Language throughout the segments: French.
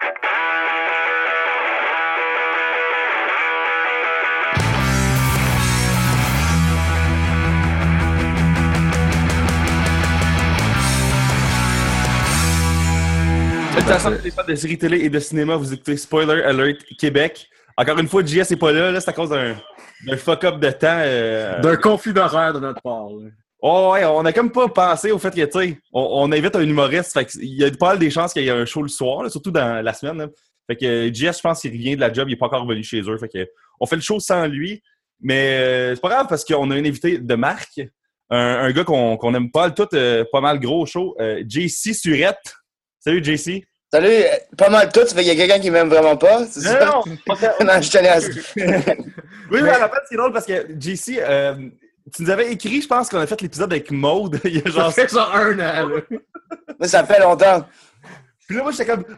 Salutations les fans de séries télé et de cinéma, vous écoutez Spoiler Alert Québec. Encore une fois, JS n'est pas là, c'est à cause d'un fuck-up de temps. D'un conflit d'horaire de notre part. Là. Oh ouais, on a comme pas pensé au fait que, tu sais, on invite un humoriste, fait qu'il y a pas mal des chances qu'il y ait un show le soir, là, surtout dans la semaine. Là. Fait que JS, je pense qu'il revient de la job, il est pas encore revenu chez eux, fait que on fait le show sans lui. Mais c'est pas grave parce qu'on a un invité de marque, un gars qu'on aime pas pas mal gros show, JC Surette. Salut JC. Salut, pas mal tout, ça fait qu'il y a quelqu'un qui m'aime vraiment pas, c'est ça? Non, Non, je tenais à ça. Oui, mais à la fin, c'est drôle parce que JC, tu nous avais écrit, je pense qu'on a fait l'épisode avec Maude il y a Ça fait genre 1 an, là. Mais ça fait longtemps. Puis là, moi, j'étais comme,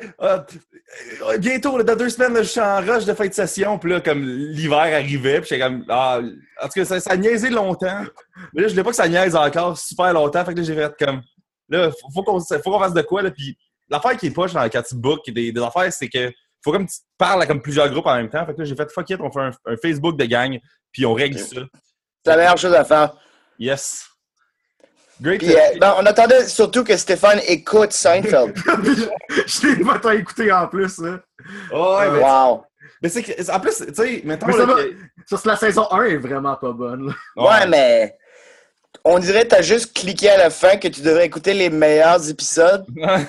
bientôt, là, dans 2 semaines, là, je suis en rush de fin de session. Puis là, comme l'hiver arrivait, puis j'étais comme, en tout cas, ça a niaisé longtemps. Mais là, je voulais pas que ça niaise encore super longtemps. Fait que là, j'ai fait comme, là, faut qu'on fasse de quoi, là. Puis l'affaire qui est poche dans quand tu book des affaires, c'est que faut comme tu parles à comme plusieurs groupes en même temps. Fait que là, j'ai fait fuck it, on fait un Facebook de gang, puis on règle ça. C'est la meilleure chose à faire. Yes. Great. Puis, on attendait surtout que Stéphane écoute Seinfeld. Je l'ai pas tant écouté en plus, là. Oh, ouais, mais, Wow. mais c'est que, en plus, tu sais, mettons. Mais là, la saison 1 est vraiment pas bonne. Là. Ouais, mais on dirait que t'as juste cliqué à la fin que tu devrais écouter les meilleurs épisodes.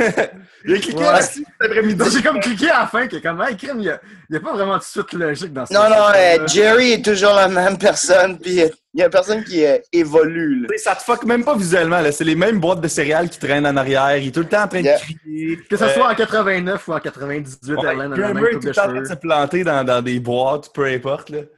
Il a cliqué là-dessus cet après-midi. J'ai comme cliqué à la fin, qui est comme, hey, crime, il y a pas vraiment de suite logique dans ça. Non, Jerry est toujours la même personne, puis il y a personne qui évolue. Là. Ça te fuck même pas visuellement, là. C'est les mêmes boîtes de céréales qui traînent en arrière. Il est tout le temps en train de crier. Que ce soit en 89 ou en 98, Erlen a la même coupe de cheveux. Il est tout le temps en train de se planter dans des boîtes, peu importe. Là.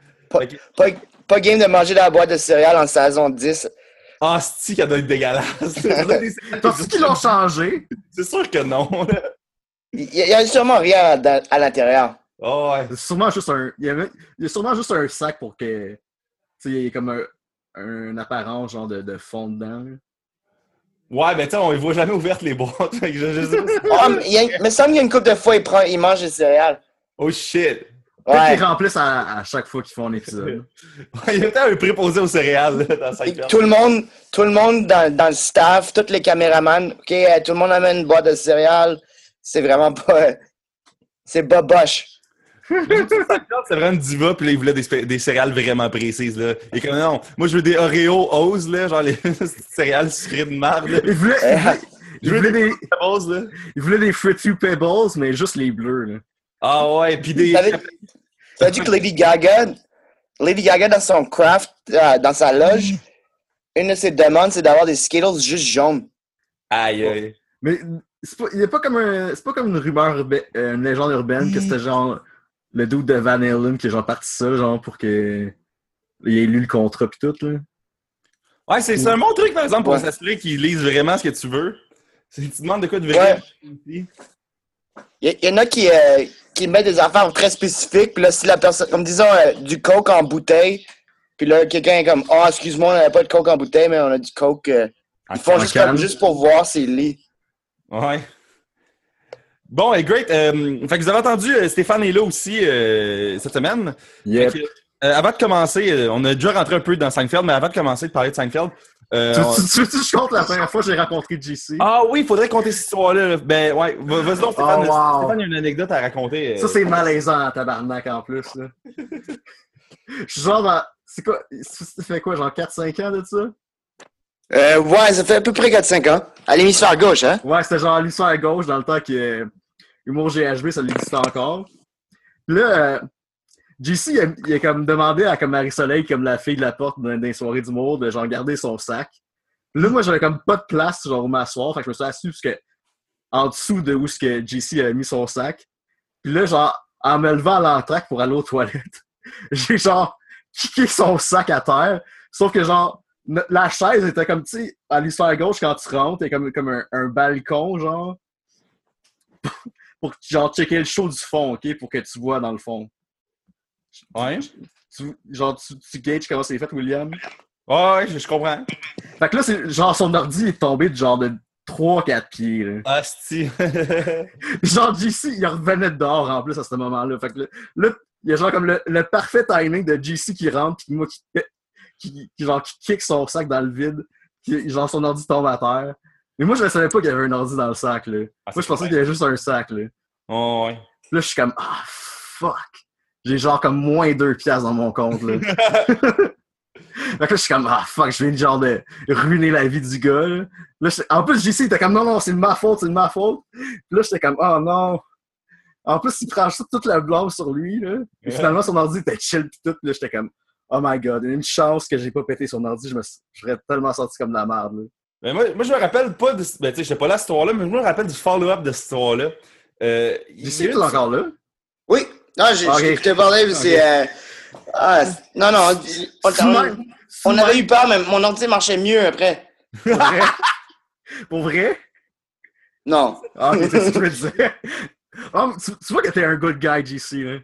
Pas game de manger dans la boîte de céréales en saison 10. Ah, c'est-tu qu'elle doit être dégueulasse. Penses-tu qu'ils l'ont changé? C'est sûr que non. Là. Il y a sûrement rien à l'intérieur. Oh, ouais. C'est sûrement juste il y a sûrement juste un sac pour que... Tu sais, il y ait comme un apparence genre de fond dedans. Là. Ouais, mais tu sais, on les voit jamais ouvertes les boîtes. Fait que je sais pas. Mais il me semble qu'il y a une couple de fois, il mange des céréales. Oh shit. Peut-être Ouais. qu'ils remplissent à chaque fois qu'ils font un épisode. Il y a peut-être un préposé aux céréales là, dans Et 5 tout le monde dans le staff, tous les caméramans, OK, tout le monde amène une boîte de céréales. C'est vraiment pas... c'est boboche. C'est vraiment une diva, puis là, il voulait des céréales vraiment précises, là. Et comme non, moi, je veux des Oreo O's, là, genre les céréales sucrées de marde, là. Il voulait des Fruity Pebbles, mais juste les bleus, là. Ah ouais, puis des... T'as dit que Lady Gaga, dans son craft, dans sa loge, une de ses demandes, c'est d'avoir des Skittles juste jaunes. Aïe, aïe. Mais c'est pas comme une rumeur, une légende urbaine que c'était genre le dude de Van Halen qui a genre parti ça, genre pour que il ait lu le contrat pis tout, là. Ouais, c'est un bon truc, par exemple, pour s'assurer qu'ils lisent vraiment ce que tu veux. Tu demandes de quoi de vrai. Ouais. Il y en a qui mettent des affaires très spécifiques, puis là, si la personne, comme disons, du coke en bouteille, puis là, quelqu'un est comme, oh, excuse-moi, on n'avait pas de coke en bouteille, mais on a du coke. Ils font juste pour voir s'il lit. Ouais. Bon, great. Fait que vous avez entendu, Stéphane est là aussi cette semaine. Yep. Fait que, avant de commencer, on a déjà rentré un peu dans Seinfeld, mais avant de commencer de parler de Seinfeld... Tu je compte la première fois que j'ai rencontré JC? Ah oui, il faudrait compter cette histoire-là. Ben ouais, vas-y donc, Stéphane. Stéphane, il y a une anecdote à raconter. Ça, c'est malaisant en tabarnak en plus, là. Je suis genre dans... C'est quoi? Ça fait quoi, genre 4-5 ans de ça? Ouais, ça fait à peu près 4-5 ans. À l'hémisphère gauche, hein? Ouais, c'était genre l'histoire à gauche dans le temps que Humour GHB, ça l'existait encore. Puis là, JC, il a comme demandé à comme Marie-Soleil, comme la fille de la porte dans les soirées d'humour, de genre garder son sac. Puis là, moi, j'avais comme pas de place, genre, où m'asseoir. Fait que je me suis assis parce que en dessous de où ce que JC a mis son sac. Puis là, genre, en me levant à l'entracte pour aller aux toilettes, j'ai genre kické son sac à terre. Sauf que genre, la chaise était comme, tu sais, à l'histoire gauche, quand tu rentres, il y a comme un balcon, genre, pour genre checker le show du fond, OK, pour que tu vois dans le fond. Ouais. Tu gages comment c'est fait, William? Ouais, je comprends. Fait que là, c'est genre son ordi est tombé de genre de 3-4 pieds, là. Asti. Genre, JC, il revenait de dehors en plus à ce moment-là. Fait que là, il y a genre comme le parfait timing de JC qui rentre, puis moi qui kick son sac dans le vide, puis genre son ordi tombe à terre. Mais moi, je ne savais pas qu'il y avait un ordi dans le sac, là. Moi, je pensais qu'il y avait juste un sac, là. Oh, ouais. Là, je suis comme, ah, fuck. J'ai genre comme moins 2 piastres dans mon compte, là. Fait que là, je suis comme, ah, fuck, je viens de genre de ruiner la vie du gars, là. En plus, JC était comme, non, c'est de ma faute, c'est de ma faute. Puis là, j'étais comme, oh non. En plus, il prend toute la blâme sur lui, là. Et finalement, son ordi était chill pis tout. Puis là, j'étais comme, oh my god, une chance que j'ai pas pété son ordi. Je serais tellement sorti comme de la merde, là. Mais moi, je me rappelle pas de. Ben, tu sais, j'étais pas là à cette histoire-là, mais je me rappelle du follow-up de cette histoire-là. JC est encore là? Oui. Non, j'ai écouté parler, mais c'est. Non, on avait eu peur, mais mon ordi marchait mieux après. Pour vrai? Pour vrai? Non. Ah, ok, c'est ce que je veux dire. Oh, tu vois que t'es un good guy, JC, là.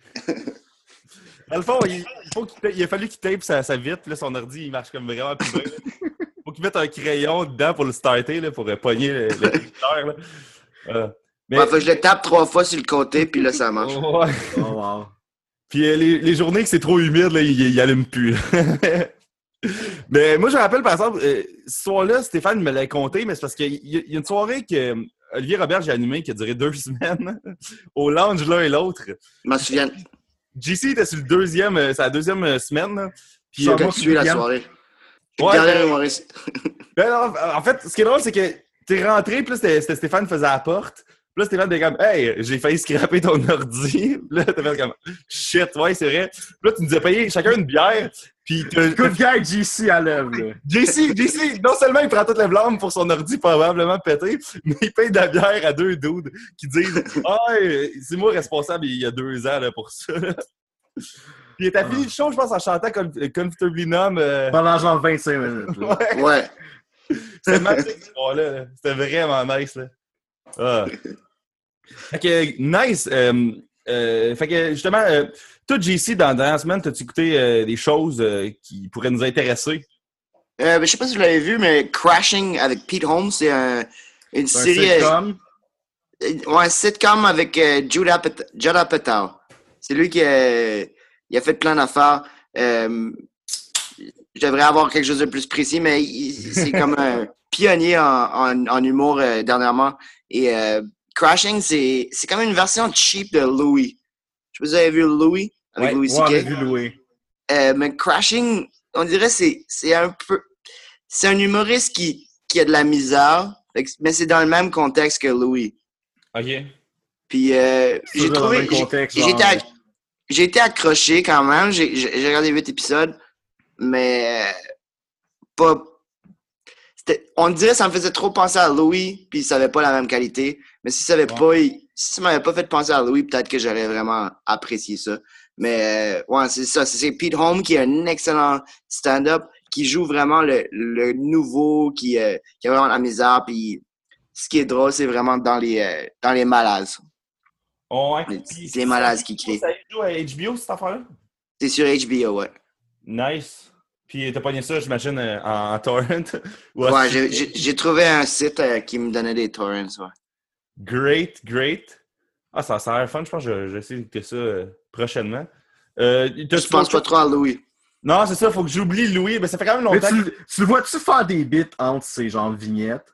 Dans le fond, il a fallu qu'il tape sa vitre, puis là, son ordi, il marche comme vraiment plus bien. Faut qu'il mette un crayon dedans pour le starter, là, pour pogner le lecteur, là. Mais... faut que je le tape 3 fois sur le côté, puis là, ça marche. Ouais. Oh, wow. Puis les journées que c'est trop humide, là, il allume plus. Mais moi, je me rappelle, par exemple, ce soir-là, Stéphane me l'a conté, mais c'est parce qu'il y a une soirée que Olivier Robert j'ai animée qui a duré 2 semaines au lounge l'un et l'autre. Je m'en souviens. JC était sur sa deuxième semaine. Là. Puis moi, je suis la soirée. Ouais, dernier humoriste. Ben non, en fait, ce qui est drôle, c'est que t'es rentré, puis là, c'était Stéphane qui faisait la porte. Puis là, Stéphane était comme « Hey, j'ai failli scraper ton ordi. » Puis là, t'as fait comme « Shit, ouais, c'est vrai. » Puis là, tu nous as payé chacun une bière. Puis good guy, JC à l'œuvre, là. JC, non seulement il prend toute la blâme pour son ordi probablement pété, mais il paye de la bière à 2 dudes qui disent « Ah, c'est moi responsable il y a 2 ans là, pour ça. » Puis il était fini le show, je pense, en chantant Comfortably Numb. Pendant genre 25 minutes. Là. Ouais. C'était magique, ce soir-là. C'était vraiment nice, là. Ah. Fait que, nice. Fait que, justement, toi, JC, dans la dernière semaine, t'as-tu écouté des choses qui pourraient nous intéresser? Je sais pas si vous l'avez vu, mais Crashing avec Pete Holmes, c'est une série... sitcom? Un sitcom avec Judd Apatow. C'est lui qui il a fait plein d'affaires. Je devrais avoir quelque chose de plus précis, mais c'est comme un pionnier en humour dernièrement. Et Crashing, c'est comme une version cheap de Louis. Je sais pas si vous avez vu Louis avec Louis C.K. Ouais, on a vu Louis. Mais Crashing, on dirait c'est un peu... C'est un humoriste qui a de la misère, mais c'est dans le même contexte que Louis. OK. Puis j'ai trouvé... J'ai été accroché quand même. J'ai regardé 8 épisodes, mais pas... On dirait que ça me faisait trop penser à Louis, puis ça n'avait pas la même qualité. Mais si ça m'avait pas fait penser à Louis, peut-être que j'aurais vraiment apprécié ça. Mais ouais, c'est ça. C'est Pete Holmes qui est un excellent stand-up, qui joue vraiment le nouveau, qui a vraiment la misère. Puis ce qui est drôle, c'est vraiment dans les malades. Oh, ouais. C'est les malades qui crient. Ça joue à HBO, cette affaire-là? C'est sur HBO, ouais. Nice. Puis t'as pogné ça, j'imagine, en torrent? Ouais, j'ai trouvé un site qui me donnait des torrents, ouais. Great. Ah, ça a l'air fun. Je pense que je vais essayer d'écouter ça prochainement. Je pense pas trop à Louis. Non, c'est ça, faut que j'oublie Louis. Mais ça fait quand même longtemps. Mais tu le vois-tu faire des bits entre ces genres de vignettes?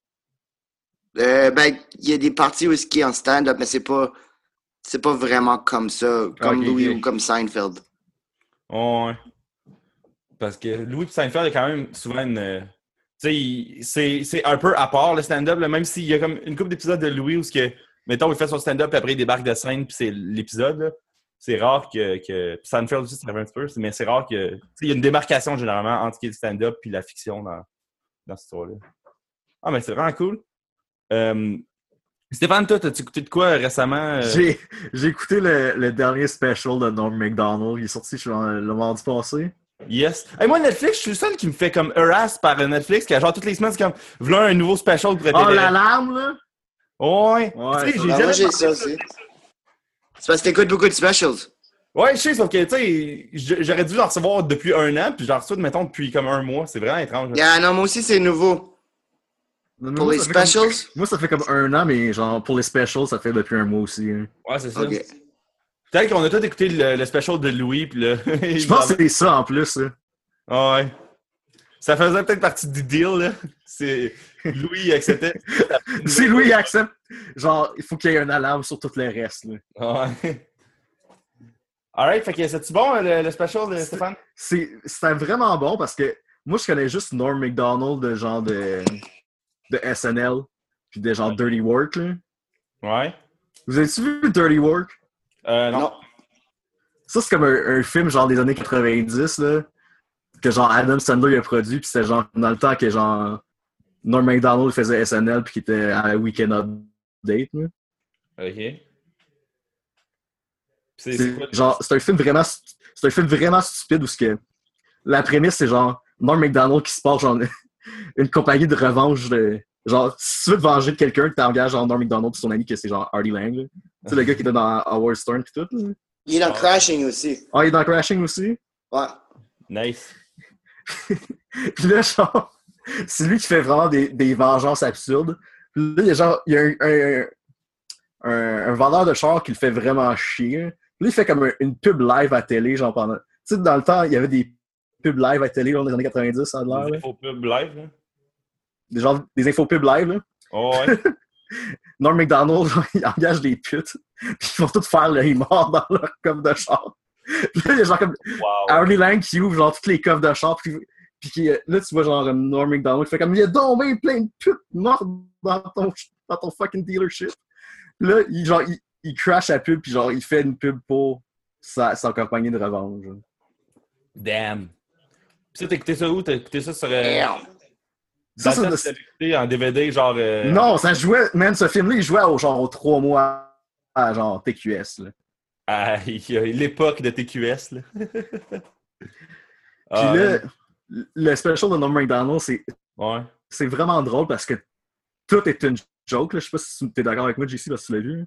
Ben, il y a des parties où il est en stand-up, mais c'est pas vraiment comme ça, comme Louis ou comme Seinfeld. Ouais. Parce que Louis et Seinfeld, il y a quand même souvent une... Tu sais, c'est un peu à part le stand-up, là, même s'il y a comme une couple d'épisodes de Louis où, mettons, il fait son stand-up, puis après il débarque de scène, puis c'est l'épisode, là. C'est rare que Seinfeld aussi, ça arrive un petit peu, mais c'est rare que... Il y a une démarcation, généralement, entre ce qui est le stand-up et la fiction dans cette histoire-là. Ah, mais c'est vraiment cool. Stéphane, toi, t'as-tu écouté de quoi récemment? J'ai écouté le dernier special de Norm Macdonald. Il est sorti le mardi passé. Yes. Hey, moi, Netflix, je suis le seul qui me fait comme harass par Netflix, qui a genre toutes les semaines, c'est comme, voilà un nouveau special pour Oh, l'alarme, là? Ouais. Tu sais, moi, j'ai ça aussi. C'est parce que t'écoutes beaucoup de specials. Ouais, je sais, sauf que, tu sais, j'aurais dû en recevoir depuis 1 an, puis j'en reçois, mettons, depuis comme 1 mois. C'est vraiment étrange. Non, moi aussi, c'est nouveau. Non, Pour les specials? Moi, ça fait comme 1 an, mais genre, pour les specials, ça fait depuis un mois aussi. Hein. Ouais, c'est ça. Ok. Peut-être qu'on a tous écouté le special de Louis, puis là... Je pense que c'est ça en plus. Hein. Ah ouais. Ça faisait peut-être partie du deal, là. C'est... Louis acceptait. Si Louis accepte, genre, il faut qu'il y ait une alarme sur tout le reste. Là. Ah ouais. Alright, fait que c'est-tu bon, le special de Stéphane? C'était vraiment bon parce que moi, je connais juste Norm Macdonald de genre de SNL puis de genre Dirty Work. Là. Ouais. Vous avez-tu vu Dirty Work? Non. Ça, c'est comme un film genre des années 90, là, que genre Adam Sandler a produit, puis c'était genre dans le temps que genre Norm Macdonald faisait SNL puis qu'il était à Weekend Update. Là. OK. C'est un film vraiment stupide où ce que la prémisse c'est genre Norm Macdonald qui se porte genre une compagnie de revanche de genre si tu veux te venger de quelqu'un t'engages genre Norm Macdonald et son ami que c'est genre Artie Lang. Tu sais le gars qui était dans Howard Stern et tout. Là. Il est dans Crashing aussi. Ah, il est dans Crashing aussi? Ouais. Nice. Puis là, genre, c'est lui qui fait vraiment des vengeances absurdes. Puis là, il y a un vendeur de char qui le fait vraiment chier. Puis là, il fait comme une pub live à télé, genre pendant... Tu sais, dans le temps, il y avait des pubs live à télé dans les années 90, ça a l'air. Des infos pub live, là. Des infos pubs live, là. Oh ouais. Norm Macdonald, genre, il engage des putes. Puis ils vont tous faire le mort dans leur coffre de char. Puis là, il y a genre comme Artie Lang qui ouvre genre toutes les coffres de char. Puis là, tu vois genre Norm Macdonald qui fait comme il y a donc bien plein de putes mortes dans ton fucking dealership. Puis là, il crash la pub, puis genre, il fait une pub pour sa compagnie de revanche. Damn. Puis ça, t'as écouté ça où? T'as écouté ça sur... Ça, dans le temps, t'as écouté en DVD, genre... Non, ça jouait... Man, ce film-là, il jouait aux 3 mois à genre TQS, là. Ah, l'époque de TQS, là. Puis là, le special de Norm Macdonald, c'est vraiment drôle parce que tout est une joke, là. Je sais pas si tu es d'accord avec moi, JC, parce que tu l'as vu.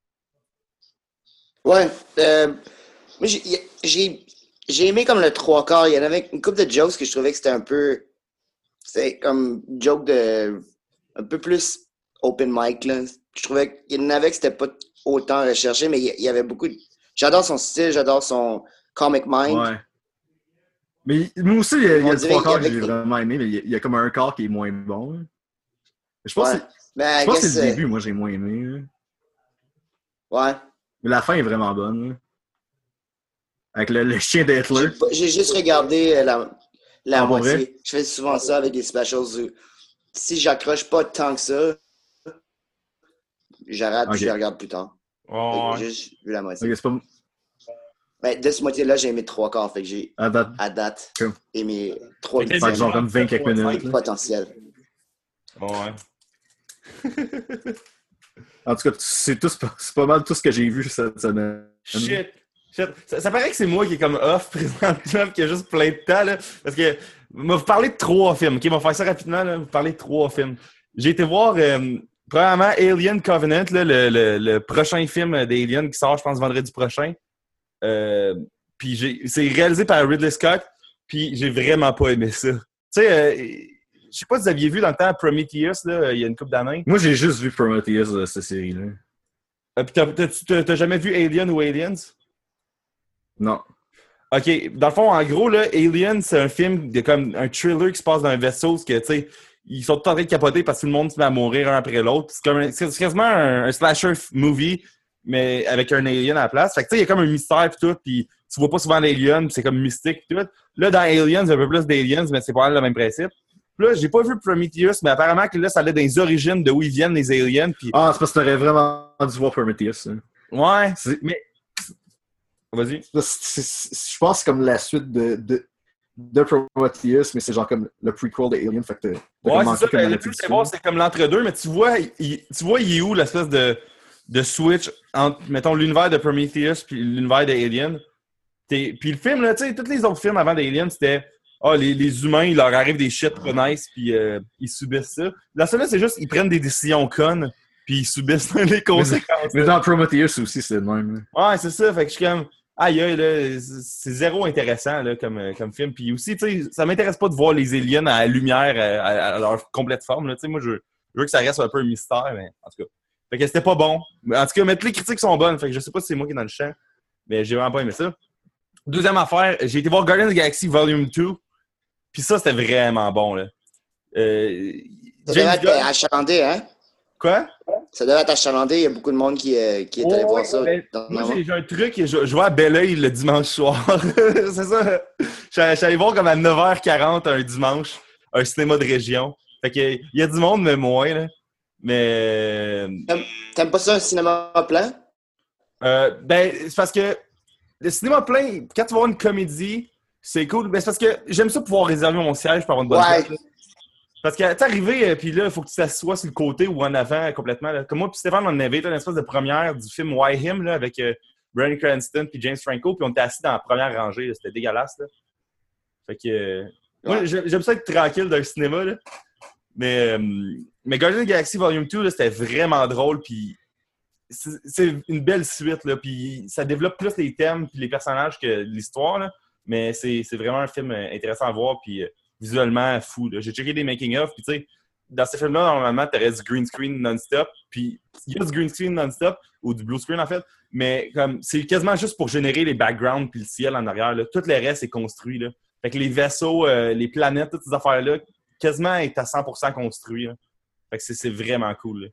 Ouais. Moi, j'ai aimé comme le 3/4. Il y en avait une couple de jokes que je trouvais que c'était un peu... C'était comme joke de... Un peu plus open mic, là. Je trouvais qu'il y en avait que c'était pas autant recherché, mais il y avait beaucoup de... J'adore son style, j'adore son comic mind. Ouais. Mais moi aussi, il y a le 3/4 que j'ai vraiment aimé, mais il y a comme un quart qui est moins bon. Là. Je pense que c'est le début, moi, j'ai moins aimé. Là. Ouais. Mais la fin est vraiment bonne. Là. Avec le chien d'Hitler. J'ai juste regardé la moitié. Vrai? Je fais souvent ça avec des specials. Si j'accroche pas tant que ça, j'arrête et je les regarde plus tard. J'ai juste vu la moitié. Okay, c'est pas... Ben, de ce moitié-là, j'ai aimé 3/4. Fait que j'ai, à date, aimé 3 minutes. Genre comme 20 quelques minutes. Potentiel. Ouais. En tout cas, c'est pas mal tout ce que j'ai vu cette semaine. Shit. Ça paraît que c'est moi qui est comme off présentement, qui a juste plein de temps, là. Parce que, vous parler de 3 films, ok? On va faire ça rapidement, là. Vous parler de 3 films. J'ai été voir, premièrement, Alien Covenant, là, le prochain film d'Alien qui sort, je pense, vendredi prochain. Puis c'est réalisé par Ridley Scott, puis j'ai vraiment pas aimé ça. Tu sais, je sais pas si vous aviez vu dans le temps Prometheus, là, il y a une couple d'années. Moi, j'ai juste vu Prometheus, cette série-là. Puis t'as jamais vu Alien ou Aliens? Non. OK. Dans le fond, en gros, là, Alien, c'est un film de comme un thriller qui se passe dans un vaisseau, que, tu sais, ils sont tous en train de capoter parce que tout le monde se met à mourir un après l'autre. C'est quasiment un slasher movie, mais avec un alien à la place. Fait que, tu sais, il y a comme un mystère pis tout, pis tu vois pas souvent l'alien, pis c'est comme mystique pis tout. Là, dans Aliens, il y a un peu plus d'aliens, mais c'est pas le même principe. Puis là, j'ai pas vu Prometheus, mais apparemment que là, ça allait dans les origines de où ils viennent, les aliens. Pis... Ah, c'est parce que t'aurais vraiment dû voir Prometheus. Hein. Ouais, mais... Vas-y. Je pense que c'est comme la suite de Prometheus, mais c'est genre comme le prequel de Alien. Fait que ouais, c'est ça. Le plus c'est bon, c'est comme l'entre-deux, mais tu vois, il est où l'espèce de switch entre, mettons, l'univers de Prometheus puis l'univers d'Alien. Puis le film, là, tu sais, tous les autres films avant d'Alien, c'était les humains, il leur arrive des shit pas nice, puis ils subissent ça. Là, ça, là, c'est juste, ils prennent des décisions connes, puis ils subissent les conséquences. Mais dans Prometheus aussi, c'est le même. Là. Ouais, c'est ça. Fait que je suis comme, aïe, là, c'est zéro intéressant là, comme film. Puis aussi, tu sais, ça m'intéresse pas de voir les aliens à la lumière, à leur complète forme. Là. Tu sais, moi, je Je veux que ça reste un peu un mystère, mais en tout cas. Fait que c'était pas bon. En tout cas, mais toutes les critiques sont bonnes. Fait que je sais pas si c'est moi qui est dans le champ, mais j'ai vraiment pas aimé ça. Deuxième affaire, j'ai été voir Guardians of the Galaxy Volume 2. Puis ça, c'était vraiment bon, là. Ça devait être achalandé, hein? Quoi? Ça devait être achalandé. Il y a beaucoup de monde qui est allé voir ça. Moi, j'ai un truc. Je vais à Belleuil le dimanche soir. C'est ça. Je suis allé voir comme à 9h40 un dimanche, un cinéma de région. Fait que il y a du monde, mais moins, là. Mais... T'aimes pas ça, un cinéma plein? Ben, c'est parce que le cinéma plein, quand tu vas voir une comédie, c'est cool. Ben, c'est parce que j'aime ça pouvoir réserver mon siège pour avoir une bonne place. Parce que t'es arrivé, puis là, il faut que tu t'assoies sur le côté ou en avant complètement. Là. Comme moi, puis Stéphane, on avait été une espèce de première du film Why Him là, avec Bryan Cranston puis James Franco, puis on était assis dans la première rangée. Là. C'était dégueulasse. Là. Fait que... moi, j'aime ça être tranquille dans le cinéma. Là. Mais Guardians of the Galaxy Volume 2, là, c'était vraiment drôle, puis c'est une belle suite, là, puis ça développe plus les thèmes puis les personnages que l'histoire, là, mais c'est vraiment un film intéressant à voir, puis visuellement fou. Là. J'ai checké des making-of, puis tu sais, dans ces films-là, normalement, tu aurais du green screen non-stop, puis il y a du green screen non-stop, ou du blue screen en fait, mais comme c'est quasiment juste pour générer les backgrounds puis le ciel en arrière. Là. Tout le reste est construit. Là. Fait que les vaisseaux, les planètes, toutes ces affaires-là, quasiment est à 100% construit. Là. Fait que c'est vraiment cool.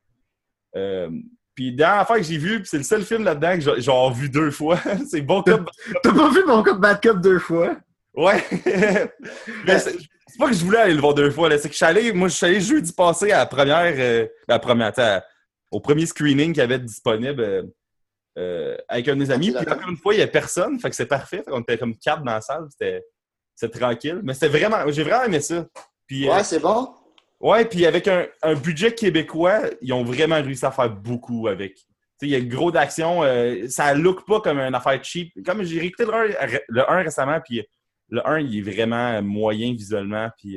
Puis la dernière affaire que j'ai vu, c'est le seul film là-dedans que j'ai vu 2 fois. C'est Bon Cop. T'as pas vu Bon Cop Bad Cop 2 fois? Ouais. Mais c'est pas que je voulais aller le voir 2 fois. Là. C'est que je suis allé jeudi passé à la première, au premier screening qu'il y avait disponible avec un de mes amis. Puis encore une fois, il n'y a personne. Fait que c'est parfait. Fait qu'on était comme 4 dans la salle. C'était tranquille. Mais j'ai vraiment aimé ça. Puis, c'est bon. Ouais, puis avec un budget québécois, ils ont vraiment réussi à faire beaucoup avec. Il y a gros d'action. Ça look pas comme une affaire cheap. Comme j'ai réécouté le 1 récemment, puis le 1, il est vraiment moyen visuellement. Puis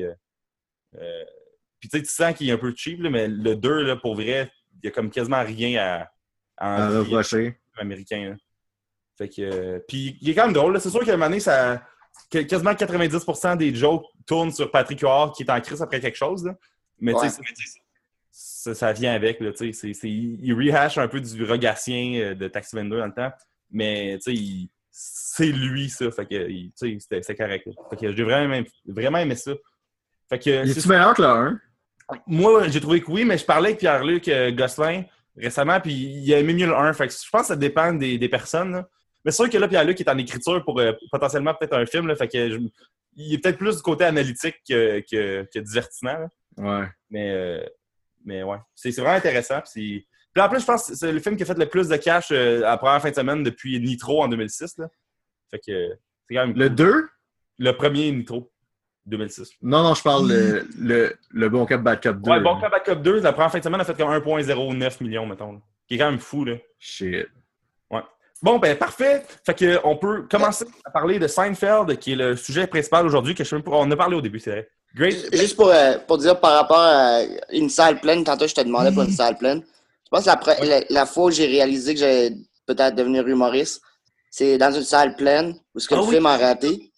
tu sens qu'il est un peu cheap, là, mais le 2, là, pour vrai, il y a comme quasiment rien à reprocher. Américain. Là. Fait que, puis il est quand même drôle. Là. C'est sûr qu'à un moment donné, quasiment 90% des jokes tournent sur Patrick Huard qui est en crise après quelque chose. Là. Mais ça vient avec. Là, il rehash un peu du Rogatien de Taxi 22 dans le temps. Mais c'est lui, ça. Fait que c'est correct. Là. Fait que j'ai vraiment aimé ça. Fait que, est-tu meilleur que le 1? Moi, j'ai trouvé que oui, mais je parlais avec Pierre-Luc Gosselin récemment, puis il a aimé mieux le 1. Fait que je pense que ça dépend des personnes. Là. Mais c'est sûr que là, Pierre-Luc est en écriture pour potentiellement peut-être un film. Là, fait que il est peut-être plus du côté analytique que divertissant. Là. Ouais. Mais ouais. C'est vraiment intéressant. Puis en plus, je pense que c'est le film qui a fait le plus de cash à la première fin de semaine depuis Nitro en 2006. Là. Fait que c'est quand même cool. Le 2? Le premier Nitro. 2006. Non, je parle le Bon Cop Bad Cop 2. Ouais, Bon Cop Bad Cop 2, la première fin de semaine a fait comme 1,09 million, mettons. Là. Qui est quand même fou, là. Shit. Ouais. Bon, ben parfait. Fait que on peut commencer à parler de Seinfeld, qui est le sujet principal aujourd'hui, que je sais même pas. On en a parlé au début, c'est vrai. Great. Juste pour dire par rapport à une salle pleine, tantôt je te demandais pour une salle pleine. Je pense que la fois où j'ai réalisé que j'allais peut-être devenir humoriste, c'est dans une salle pleine, où ce que le film a raté.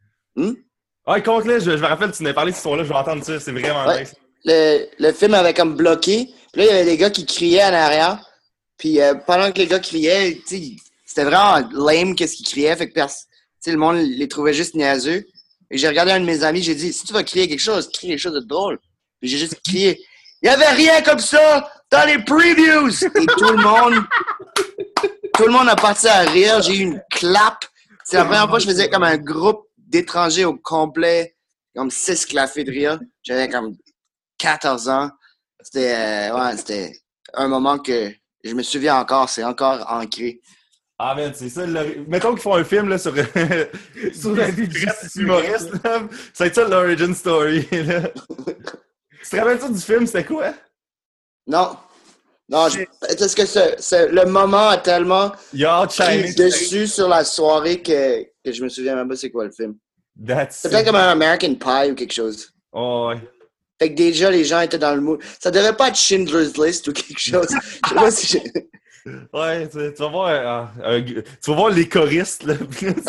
Ah, compte-le, je me rappelle, tu m'as parlé de ce son-là, je vais entendre ça, c'est vraiment nice. Le film avait comme bloqué, puis là, il y avait des gars qui criaient en arrière, puis pendant que les gars criaient, c'était vraiment lame qu'est-ce qu'ils criaient, fait que le monde les trouvait juste niaiseux. Et j'ai regardé un de mes amis, j'ai dit, si tu vas crier quelque chose, crie quelque chose de drôle. Puis j'ai juste crié, il y avait rien comme ça dans les previews! Et tout le monde a parti à rire, j'ai eu une clap. C'est la première fois que je faisais comme un groupe d'étrangers au complet, comme 6 claffés de rire. J'avais comme 14 ans. C'était un moment que je me souviens encore, c'est encore ancré. Ah, man, c'est ça. Mettons qu'ils font un film là, sur la vie du humoriste. Ça va être ça l'origin story. Là. Tu te rappelles ça du film, c'était quoi? Non, parce que le moment a tellement pris dessus sur la soirée que je me souviens même pas c'est quoi le film. C'est peut-être comme un American Pie ou quelque chose. Oh, ouais. Fait que déjà, les gens étaient dans le mood. Ça devait pas être Schindler's List ou quelque chose. Je sais pas si Ouais, tu vas voir les choristes, là.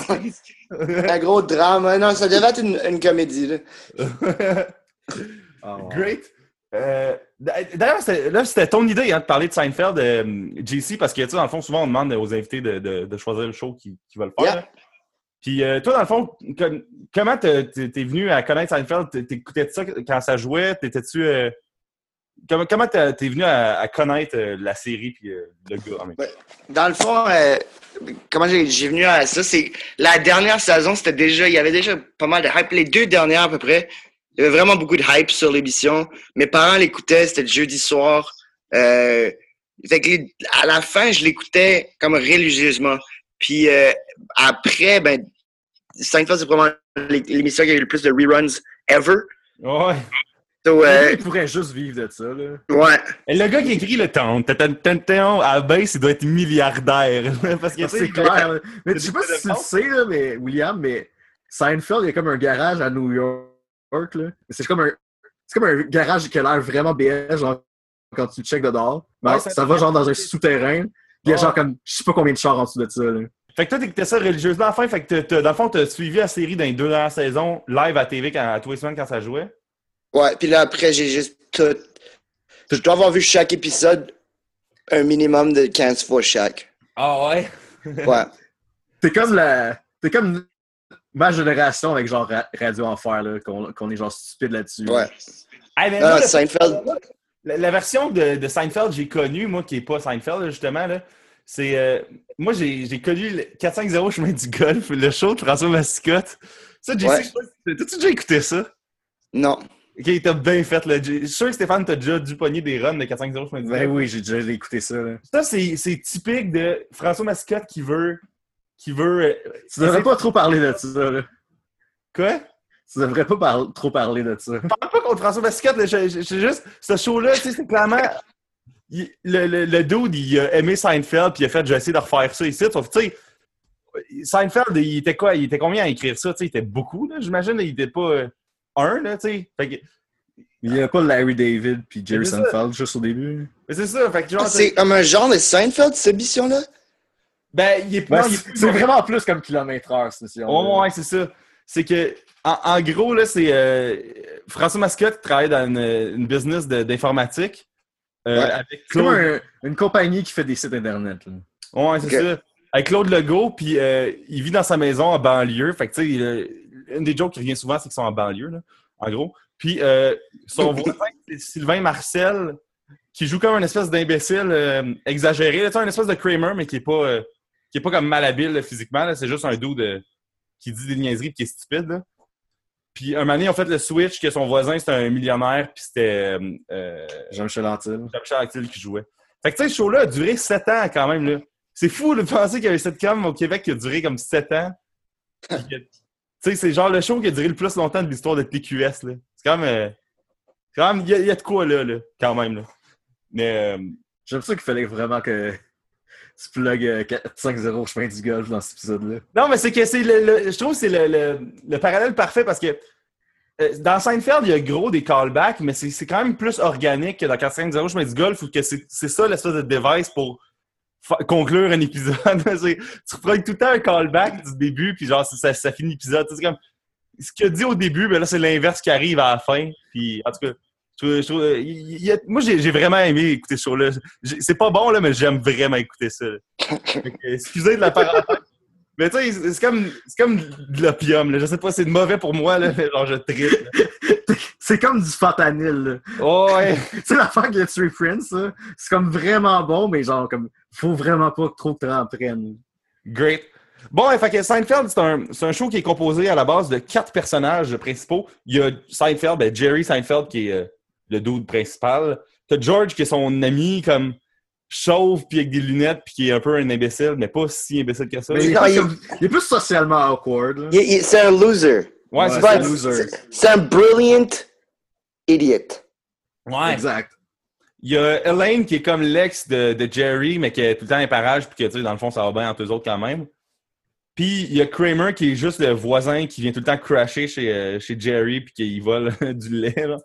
Un gros drame. Non, ça devait être une comédie, là. Great. D'ailleurs, c'était ton idée de parler de Seinfeld, JC, parce que, tu sais, dans le fond, souvent, on demande aux invités de choisir le show qu'ils veulent faire. Yeah. Puis, toi, dans le fond, comment t'es venu à connaître Seinfeld? T'écoutais ça quand ça jouait? T'étais-tu... comment t'es venu à connaître la série puis le gars en même temps? Dans le fond, comment j'ai venu à ça, c'est la dernière saison, il y avait déjà pas mal de hype. Les 2 dernières à peu près, il y avait vraiment beaucoup de hype sur l'émission. Mes parents l'écoutaient, c'était le jeudi soir. Fait que à la fin, je l'écoutais comme religieusement. Puis après, ben, Seinfeld, c'est vraiment l'émission qui a eu le plus de reruns ever. Ouais. So, Il pourrait juste vivre de ça, là. ouais. Et le gars qui écrit le ton à la base, il doit être milliardaire. Parce que, C'est clair. Là. Mais je sais pas si tu le sais, là, mais William, mais Seinfeld, il y a comme un garage à New York, là. C'est comme un garage qui a l'air vraiment BS, genre, quand tu checkes de dehors. Ouais, ça va genre dans un souterrain. Il y a genre comme, je sais pas combien de chars en dessous de ça, là. Fait que toi, t'écoutais ça religieusement à la fin. Fait que dans le fond, t'as suivi la série dans les 2 dernières saisons, live à TV à tous les semaines quand ça jouait. Ouais, puis là, après, j'ai juste tout... Je dois avoir vu chaque épisode un minimum de 15 fois chaque. Ah ouais? Ouais. T'es comme ma génération avec genre Radio Enfer, là, qu'on est genre stupide là-dessus. Ouais. Hey, mais Ah, moi, Seinfeld... la version de Seinfeld, j'ai connue, moi, qui n'est pas Seinfeld, là, justement, là, c'est... moi, j'ai connu le 450 Chemin du Golf, le show de François Mascotte. Ça, JC, Ouais. T'as-tu déjà écouté ça? Non. OK, t'as bien fait, là. Je suis sûr que Stéphane, t'as déjà dû pogner des runs de 450 Chemin du Golf. Ben oui, j'ai déjà écouté ça, là. Ça, c'est typique de François Mascotte qui veut Tu devrais pas trop parler de ça, là. Quoi? Tu devrais pas trop parler de ça. Je parle pas contre François Mascotte, là. C'est juste, ce show-là, tu sais, c'est clairement... Le dude, il a aimé Seinfeld, puis il a fait, j'ai essayé de refaire ça ici. Sauf tu sais, Seinfeld, il était quoi? Il était combien à écrire ça? Tu sais, il était beaucoup, là, j'imagine. Il était pas un, là, tu sais. Fait que... Il n'y a pas Larry David puis Jerry C'est Seinfeld juste au début. Mais c'est ça, fait que genre... C'est comme un genre de Seinfeld, cette émission-là? Ben, il est pas... C'est vraiment plus comme kilomètre-heure, cette émission. Ouais, c'est ça. C'est que, en gros, là, c'est... François Mascotte qui travaille dans une business d'informatique. Ouais. Avec C'est Claude... comme une compagnie qui fait des sites internet. Là. Ouais, c'est ça. Avec Claude Legault, puis il vit dans sa maison en banlieue. Fait que, tu sais, une des jokes qui revient souvent, c'est qu'ils sont en banlieue, là, en gros. Puis son voisin, c'est Sylvain Marcel, qui joue comme une espèce d'imbécile exagéré. Là, tu sais, une espèce de Kramer, mais qui est pas comme malhabile là, physiquement. Là. C'est juste un dude qui dit des niaiseries et qui est stupide. Là. Puis un moment donné, ils ont fait le switch que son voisin, c'était un millionnaire, puis c'était Jean-Michel Antil. Jean-Michel Antil qui jouait. Fait que tu sais, ce show-là a duré 7 ans quand même. Là. C'est fou de penser qu'il y avait cette com au Québec qui a duré comme 7 ans. Tu sais, c'est genre le show qui a duré le plus longtemps de l'histoire de TQS. Là. C'est quand même... Il y a de quoi là, quand même. Là. Mais... J'aime ça qu'il fallait vraiment que tu plugues 4-5-0 chemin du golf dans cet épisode-là. Non, mais c'est que c'est je trouve que c'est le parallèle parfait parce que dans Seinfeld, il y a gros des callbacks, mais c'est quand même plus organique que dans 4-5-0 chemin du golf où que c'est ça l'espèce de device pour conclure un épisode. Tu reprends tout le temps un callback du début, puis genre ça finit l'épisode. C'est comme ce qu'il a dit au début, mais là c'est l'inverse qui arrive à la fin. Puis en tout cas, je trouve, moi j'ai vraiment aimé écouter ce show-là. C'est pas bon là, mais j'aime vraiment écouter ça. Excusez de la parenthèse. Mais tu sais, c'est comme de l'opium. Là. Je sais pas, c'est mauvais pour moi, là, mais genre je tripe. C'est comme du fentanyl. Là. Oh, ouais. Tu sais, l'affaire de Three Prince, là, c'est comme vraiment bon, mais genre, comme, faut vraiment pas que trop te en prennes. Great. Bon, fait que Seinfeld, c'est un show qui est composé à la base de 4 personnages principaux. Il y a Seinfeld, Jerry Seinfeld, qui est le dude principal. T'as George, qui est son ami, comme chauve, puis avec des lunettes, puis qui est un peu un imbécile, mais pas si imbécile que ça. Mais il est plus socialement awkward. Là. C'est un loser. Ouais, c'est ça. un loser. C'est un brilliant idiot. Ouais. Exact. Il y a Elaine qui est comme l'ex de Jerry, mais qui est tout le temps imparage, puis que, tu sais, dans le fond, ça va bien entre eux autres quand même. Puis il y a Kramer qui est juste le voisin qui vient tout le temps crasher chez Jerry, puis qui vole du lait, là.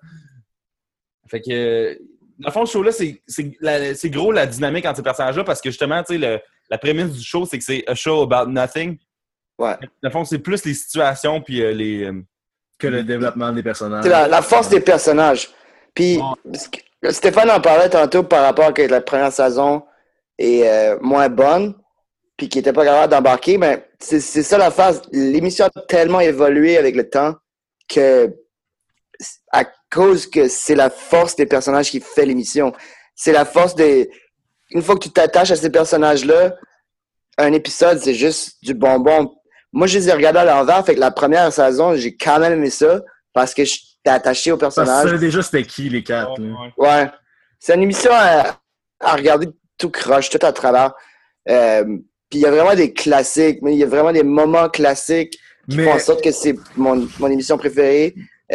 Fait que, dans le fond, ce show-là, c'est gros la dynamique entre ces personnages-là, parce que justement, tu sais, la prémisse du show, c'est que c'est a show about nothing. Ouais. Dans le fond, c'est plus les situations, puis les... Que le développement des personnages. C'est la force des personnages. Puis, Stéphane en parlait tantôt par rapport à que la première saison est moins bonne, puis qu'il était pas capable d'embarquer, mais c'est ça la phase. L'émission a tellement évolué avec le temps que, à cause que c'est la force des personnages qui fait l'émission. C'est la force des... Une fois que tu t'attaches à ces personnages-là, un épisode, c'est juste du bonbon. Moi, je les ai regardés à l'envers, fait que la première saison, j'ai quand même aimé ça, parce que j'étais attaché aux personnages. Parce que déjà, c'était qui, les quatre? Ouais. C'est une émission à regarder tout croche, tout à travers. Puis il y a vraiment des classiques, mais il y a vraiment des moments classiques qui font en sorte que c'est mon émission préférée.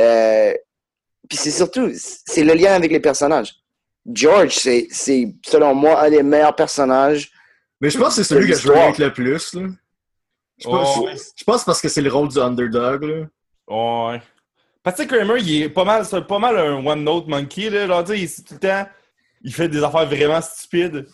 Puis c'est surtout, c'est le lien avec les personnages. George, c'est selon moi un des meilleurs personnages. Mais je pense que c'est celui que je veux être le plus. Là. Je pense parce que c'est le rôle du underdog. Là. Ouais. Patrick Kramer, c'est pas mal un one-note monkey. Là. Genre, tout le temps, il fait des affaires vraiment stupides.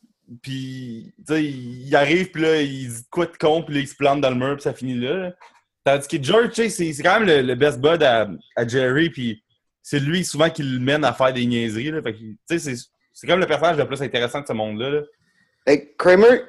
Puis, tu sais, il arrive, puis là, il dit quoi de con, puis là, il se plante dans le mur, puis ça finit là. Tandis que George, tu sais, c'est quand même le best bud à Jerry, puis c'est lui souvent qui le mène à faire des niaiseries. Là. Fait que, tu sais, c'est comme le personnage le plus intéressant de ce monde-là. Là. Kramer,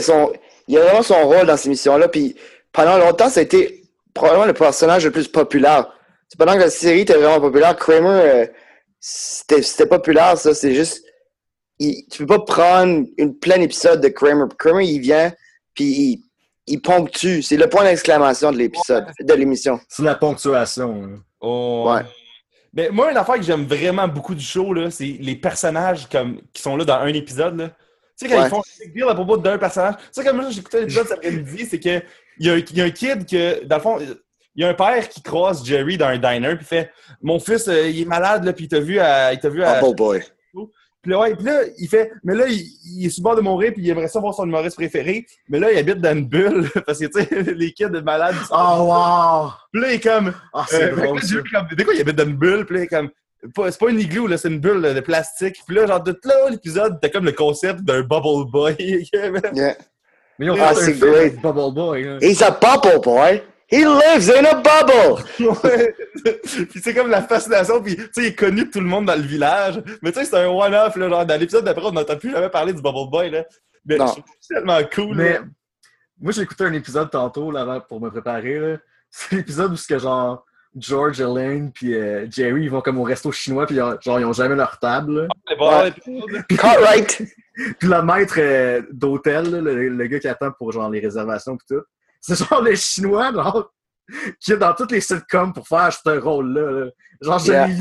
il a vraiment son rôle dans cette émission-là, puis pendant longtemps, ça a été probablement le personnage le plus populaire. C'est pendant que la série était vraiment populaire, Kramer, c'était populaire, ça, c'est juste... tu peux pas prendre une plein épisode de Kramer. Kramer, il vient, puis il ponctue. C'est le point d'exclamation de l'épisode, de l'émission. C'est la ponctuation. Hein. Oh. Ouais. Mais moi, une affaire que j'aime vraiment beaucoup du show, là, c'est les personnages qui sont là dans un épisode. Là. Tu sais, quand ils font un big deal à propos d'un personnage. Tu sais, comme moi, j'écoutais l'épisode cet après-midi, c'est qu'il y a un kid que, dans le fond, il y a un père qui croise Jerry dans un diner, puis fait « Mon fils, il est malade, là, puis il t'a vu à... » Oh boy. Puis là, il fait... Mais là, il est sur le bord de mourir, puis il aimerait ça voir son humoriste préféré. Mais là, il habite dans une bulle, parce que, tu sais, les kids malades... Oh, wow! Puis là, il est comme... c'est drôle, là, dès quoi, il habite dans une bulle, puis là, il est comme... C'est pas une igloo, là, c'est une bulle de plastique. Puis là, genre, de là, l'épisode, t'as comme le concept d'un bubble boy. Yeah. Mais ils ont c'est great. Bubble boy. Hein. He's a bubble boy! He lives in a bubble! Ouais. Puis c'est comme la fascination, puis tu sais, il est connu de tout le monde dans le village. Mais tu sais, c'est un one-off, là, genre, dans l'épisode d'après, on n'entend plus jamais parler du Bubble Boy, là. Mais je trouve c'est tellement cool, mais, là. Moi, j'ai écouté un épisode tantôt, là, pour me préparer, là. C'est l'épisode où c'est que, genre, George, Elaine, puis Jerry, ils vont comme au resto chinois, puis genre, ils ont jamais leur table, là. Cartwright! Puis le maître d'hôtel, là, le gars qui attend pour, genre, les réservations, puis tout. C'est genre le chinois, genre, qui est dans toutes les sitcoms pour faire ce rôle-là. Là. Genre,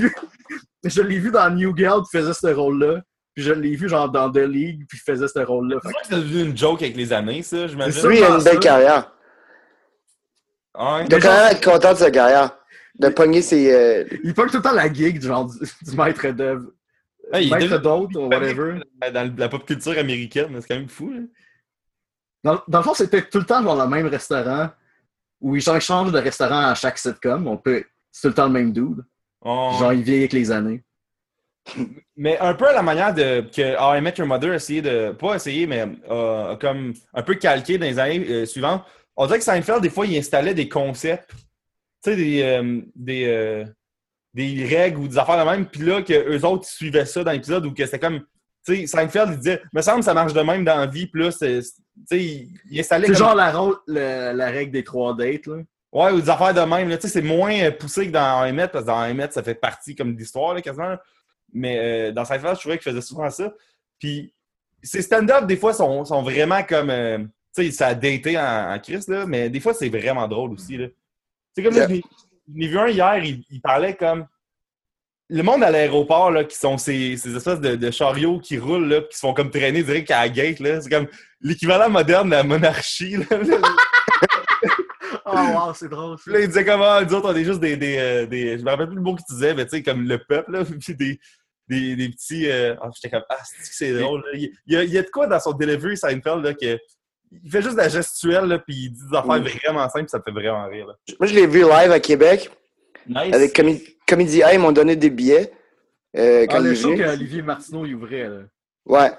je l'ai vu dans New Girl, qui faisait ce rôle-là. Puis je l'ai vu, genre, dans The League, puis il faisait ce rôle-là. C'est vrai que c'est devenu une joke avec les années, ça, j'imagine. Lui, il a une belle carrière. Ouais. Il doit quand même être content de sa carrière. De pogner ses... Il pogne tout le temps la gig, genre, du maître d'œuvre. Maître d'hôte, ou whatever. Dans la pop culture américaine, c'est quand même fou, là. Dans le fond, c'était tout le temps genre le même restaurant où ils changent de restaurant à chaque sitcom. C'est tout le temps le même dude. Oh. Genre, il vieillit avec les années. Mais un peu à la manière que How I Met Your Mother a essayé de... Pas essayé, mais comme un peu calqué dans les années suivantes. On dirait que Seinfeld, des fois, il installait des concepts. Tu sais, des règles ou des affaires de même. Puis là, qu'eux autres, ils suivaient ça dans l'épisode ou que c'était comme... Tu sais, Seinfeld, il disait, me semble que ça marche de même dans la vie, puis là, tu sais, il installait. C'est comme... genre la règle des 3 dates, là. Ouais, ou des affaires de même, là. Tu sais, c'est moins poussé que dans Emmett, parce que dans Emmett, ça fait partie comme d'histoire, là, quasiment. Mais dans Seinfeld, je trouvais qu'il faisait souvent ça. Puis, ces stand-up, des fois, sont vraiment comme. Tu sais, ça a daté en Christ, là, mais des fois, c'est vraiment drôle aussi, là. Tu sais, comme là, je l'ai vu un hier, il parlait comme. Le monde à l'aéroport, là, qui sont ces espèces de chariots qui roulent, là, qui se font comme traîner direct à la gate, là. C'est comme l'équivalent moderne de la monarchie, là. Oh, wow, c'est drôle. Ça. Là, il disait comment, nous autres, on est juste des je me rappelle plus le mot qu'il disait, mais tu sais, comme le peuple, là, puis des petits... j'étais comme, c'est drôle, là. Il y a de quoi dans son delivery, Seinfeld, là, que... Il fait juste de la gestuelle, là, puis il dit des affaires vraiment simples, ça me fait vraiment rire, là. Moi, je l'ai vu live à Québec. Nice. Avec Comedy A, ils m'ont donné des billets. Quand le show qu'Olivier Martineau il ouvrait, là. Ouais.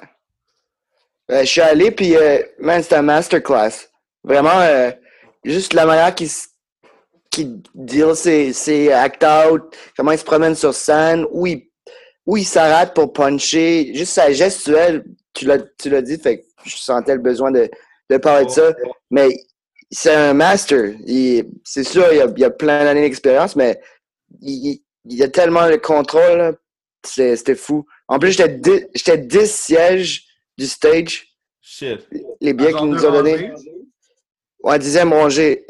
Je suis allé, puis, man, c'était un masterclass. Vraiment, juste la manière qu'il deal ses act-out, comment il se promène sur scène, où il où il s'arrête pour puncher, juste sa gestuelle, tu l'as dit, fait que je sentais le besoin de parler de ça. Mais c'est un master. C'est sûr, il a plein d'années d'expérience, mais il a tellement de contrôle, là. C'était fou. En plus, j'étais 10 sièges du stage. Shit. Les billets qu'ils nous ont donnés. Ouais, 10e rangée.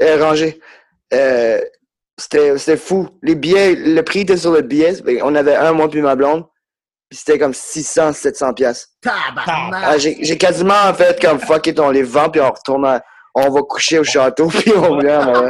C'était fou. Les billets, le prix était sur le billet. On avait un, moi puis ma blonde. Puis c'était comme 600, 700 piastres. J'ai quasiment fait comme fuck it, on les vend puis on retourne on va coucher au château puis on revient.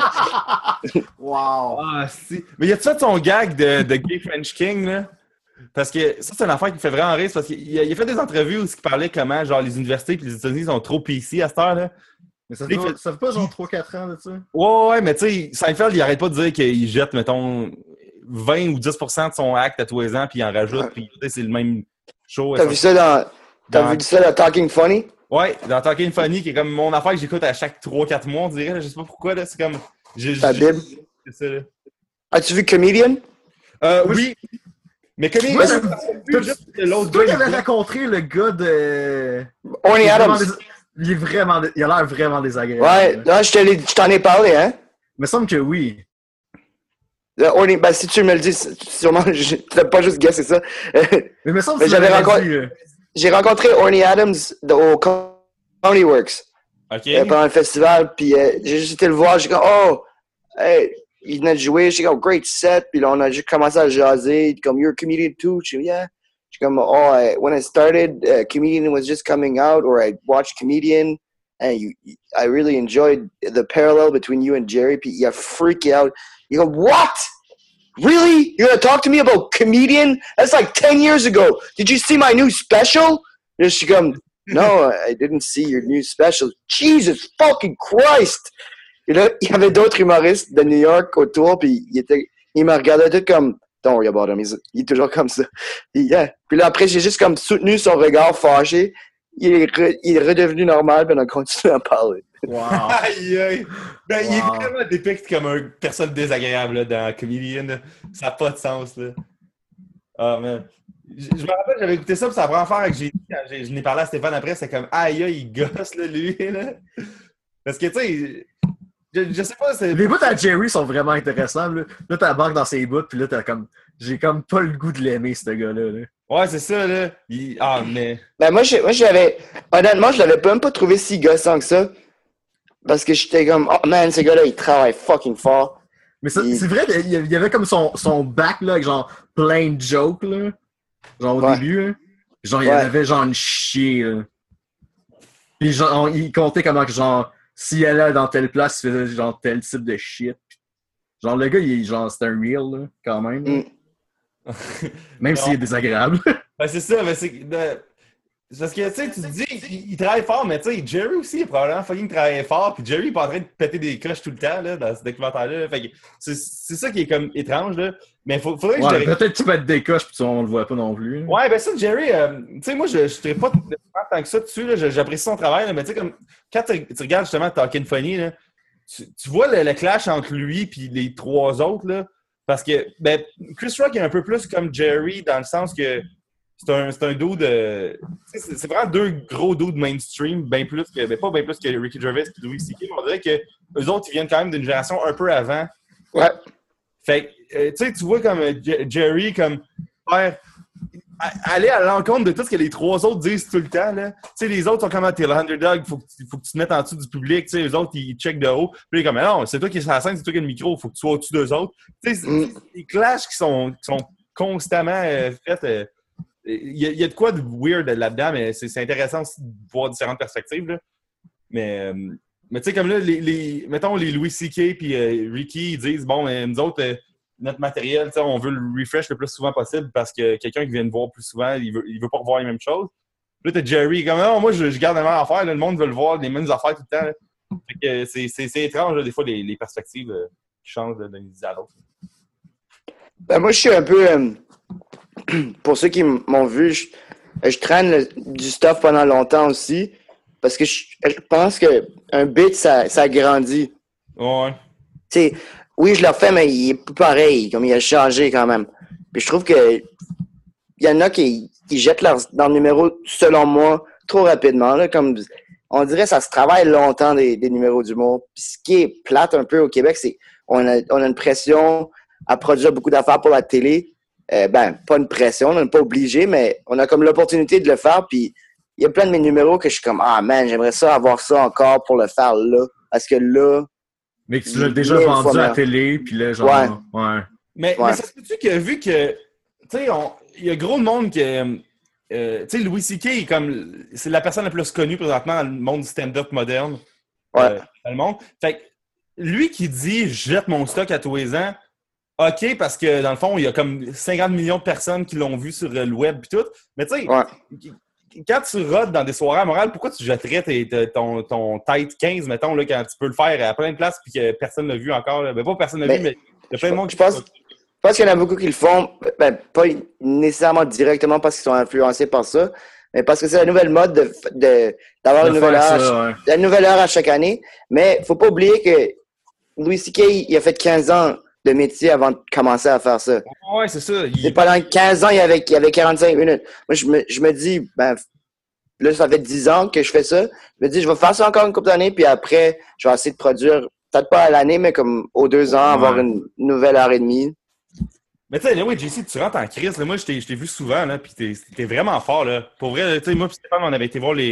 Wow. Ah, si. Mais y a-tu fait son gag de Gay French King, là? Parce que ça, c'est une affaire qui me fait vraiment rire. Parce qu'il a fait des entrevues où il parlait comment genre les universités et les États-Unis sont trop PC à cette heure-là. Mais ça fait pas genre 3-4 ans de ça? Ouais, mais tu sais, Seinfeld, il arrête pas de dire qu'il jette, mettons, 20 ou 10% de son acte à tous les ans, puis il en rajoute, puis c'est le même show. T'as vu ça dans Talking Funny? Ouais, dans Talking Funny, qui est comme mon affaire que j'écoute à chaque 3-4 mois, on dirait. Là, je sais pas pourquoi, là, c'est comme... Ta Bible? C'est ça, là. As-tu vu Comedian? Oui. Mais Comedian, Moi, c'est juste l'autre toi qui gars. avais rencontré le gars de... Orny Adams. Il a l'air vraiment désagréable. Ouais, là, je t'en ai parlé, hein? Il me semble que oui. Orny, ben, si tu me le dis, sûrement, tu n'as pas juste guessé ça. Mais il me semble que j'avais j'ai rencontré Orny Adams au Comedy Works. OK. Pendant le festival, puis j'ai juste été le voir, j'ai dit, oh, hey, il venait de jouer, j'ai dit, oh, great set, puis là, on a juste commencé à jaser, comme, you're a comedian too? J'ai dit, yeah. J'ai comme, oh, when I started, Comedian was just coming out, or I watched Comedian, and I really enjoyed the parallel between you and Jerry, puis il a freaké out. You go, what? Really? You're gonna talk to me about Comedian? That's like 10 years ago. Did you see my new special? And she goes, no, I didn't see your new special. Jesus fucking Christ! Et là, il y avait d'autres humoristes de New York autour, puis il me regardait tout comme, don't worry about him, il est toujours comme ça. Puis, yeah. Puis là, après, j'ai juste comme soutenu son regard fâché. Il est redevenu normal, puis on a continué à parler. Wow. Aïe, aïe. Ben, il est vraiment dépicté comme une personne désagréable là, dans Comedian. Là. Ça n'a pas de sens. Là. Ah, man. Je me rappelle, j'avais écouté ça, puis c'est la première fois que j'ai dit, quand je n'ai parlé à Stéphane après, c'est comme, aïe, aïe, il gosse, là, lui. Là. Parce que, tu sais, je sais pas. Les bouts à Jerry sont vraiment intéressants. Là t'embarques dans ses bouts, puis là, t'as comme. J'ai comme pas le goût de l'aimer, ce gars-là. Là. Ouais, c'est ça, là. Ah, mais. Ben, moi, honnêtement, je l'avais même pas trouvé si gossant que ça. Parce que j'étais comme, oh man, ce gars-là, il travaille fucking fort. Mais c'est vrai qu'il y avait comme son back, là, avec genre plein de jokes, là. Genre au début, là. Genre, il y en avait genre une chier, là. Puis genre, il comptait comment que genre, s'il allait dans telle place, il faisait genre tel type de shit. Genre, le gars, c'était un real, là, quand même. Là. Même s'il est désagréable. Ben, c'est ça, mais c'est. Parce que, tu sais, tu te dis, il travaille fort, mais tu sais, Jerry aussi, il probablement fucking travailler fort, puis Jerry, il est pas en train de péter des coches tout le temps, là, dans ce documentaire-là. Fait que c'est ça qui est comme étrange, là. Mais faudrait que je peut-être que tu pètes des coches, puis on le voit pas non plus. Là. Ouais, ben ça, Jerry, tu sais, moi, je ne serais pas tant que ça dessus, là. J'apprécie son travail, là, mais tu sais, comme, quand tu regardes justement Talking Funny, là, tu vois le clash entre lui et les trois autres, là. Parce que, ben, Chris Rock est un peu plus comme Jerry, dans le sens que c'est un dude de. C'est vraiment deux gros dudes mainstream, bien plus que. Ben, pas bien plus que Ricky Gervais et Louis C.K. On dirait que eux autres, ils viennent quand même d'une génération un peu avant. Ouais. Fait que, tu vois comme Jerry, comme faire. Aller à l'encontre de tout ce que les trois autres disent tout le temps. Là. Tu sais, les autres sont comme t'es l'underdog, faut que tu te mettes en dessous du public. Tu sais, les autres, ils checkent de haut. Puis il est comme, non, c'est toi qui es sur la scène, c'est toi qui as le micro, faut que tu sois au-dessus d'eux autres. Tu sais, c'est des clashs qui sont constamment faits. Il y a de quoi de weird là-dedans, mais c'est intéressant aussi de voir différentes perspectives. Là. Mais tu sais, comme là, mettons les Louis C.K. puis Ricky, ils disent, bon, nous autres, notre matériel, on veut le refresh le plus souvent possible parce que quelqu'un qui vient nous voir plus souvent, il veut pas revoir les mêmes choses. Là, t'as Jerry, comme, non, moi, je garde la même affaire, là, le monde veut le voir, les mêmes affaires tout le temps. Là. Fait que c'est étrange, là, des fois, les perspectives qui changent d'un idée à l'autre. Ben, moi, je suis un peu... pour ceux qui m'ont vu, je traîne du stuff pendant longtemps aussi. Parce que je pense qu'un bit, ça grandit. Ouais. Tu sais, oui, je le refais, mais il est plus pareil. Comme il a changé quand même. Puis je trouve que y en a qui jettent leur numéro, selon moi, trop rapidement. Là, comme on dirait ça se travaille longtemps des numéros d'humour. Puis ce qui est plate un peu au Québec, c'est on a une pression à produire beaucoup d'affaires pour la télé. Pas une pression, on n'est pas obligé, mais on a comme l'opportunité de le faire. Puis il y a plein de mes numéros que je suis comme ah man, j'aimerais ça avoir ça encore pour le faire là. Parce que là. Mais que tu l'as déjà vendu à la télé, puis là, genre. Ouais. Mais ça se peut-tu que vu que. Tu sais, il y a gros de monde que. Tu sais, Louis C.K. c'est la personne la plus connue présentement dans le monde du stand-up moderne. Ouais. Dans le monde. Fait que lui qui dit je jette mon stock à tous les ans, OK, parce que dans le fond, il y a comme 50 millions de personnes qui l'ont vu sur le web et tout. Mais tu sais, quand tu rodes dans des soirées à Montréal, pourquoi tu jetterais ton tête 15, mettons, là, quand tu peux le faire à plein de places et que personne ne l'a vu encore? Là. Ben, pas personne ne l'a vu, mais il y a plein de monde qui Je pense qu'il y en a beaucoup qui le font, pas nécessairement directement parce qu'ils sont influencés par ça, mais parce que c'est la nouvelle mode d'avoir une nouvelle heure à chaque année. Mais faut pas oublier que Louis C.K. il a fait 15 ans de métier avant de commencer à faire ça. Ouais, c'est ça. Pendant 15 ans, il y avait 45 minutes. Moi, je me dis, là, ça fait 10 ans que je fais ça. Je me dis, je vais faire ça encore une couple d'années, puis après, je vais essayer de produire, peut-être pas à l'année, mais comme aux 2 ans, avoir une nouvelle heure et demie. Mais tu sais, JC, tu rentres en crise. Là. Moi, je t'ai vu souvent, là, puis t'es vraiment fort. Là. Pour vrai, tu sais, moi et Stéphane, on avait été voir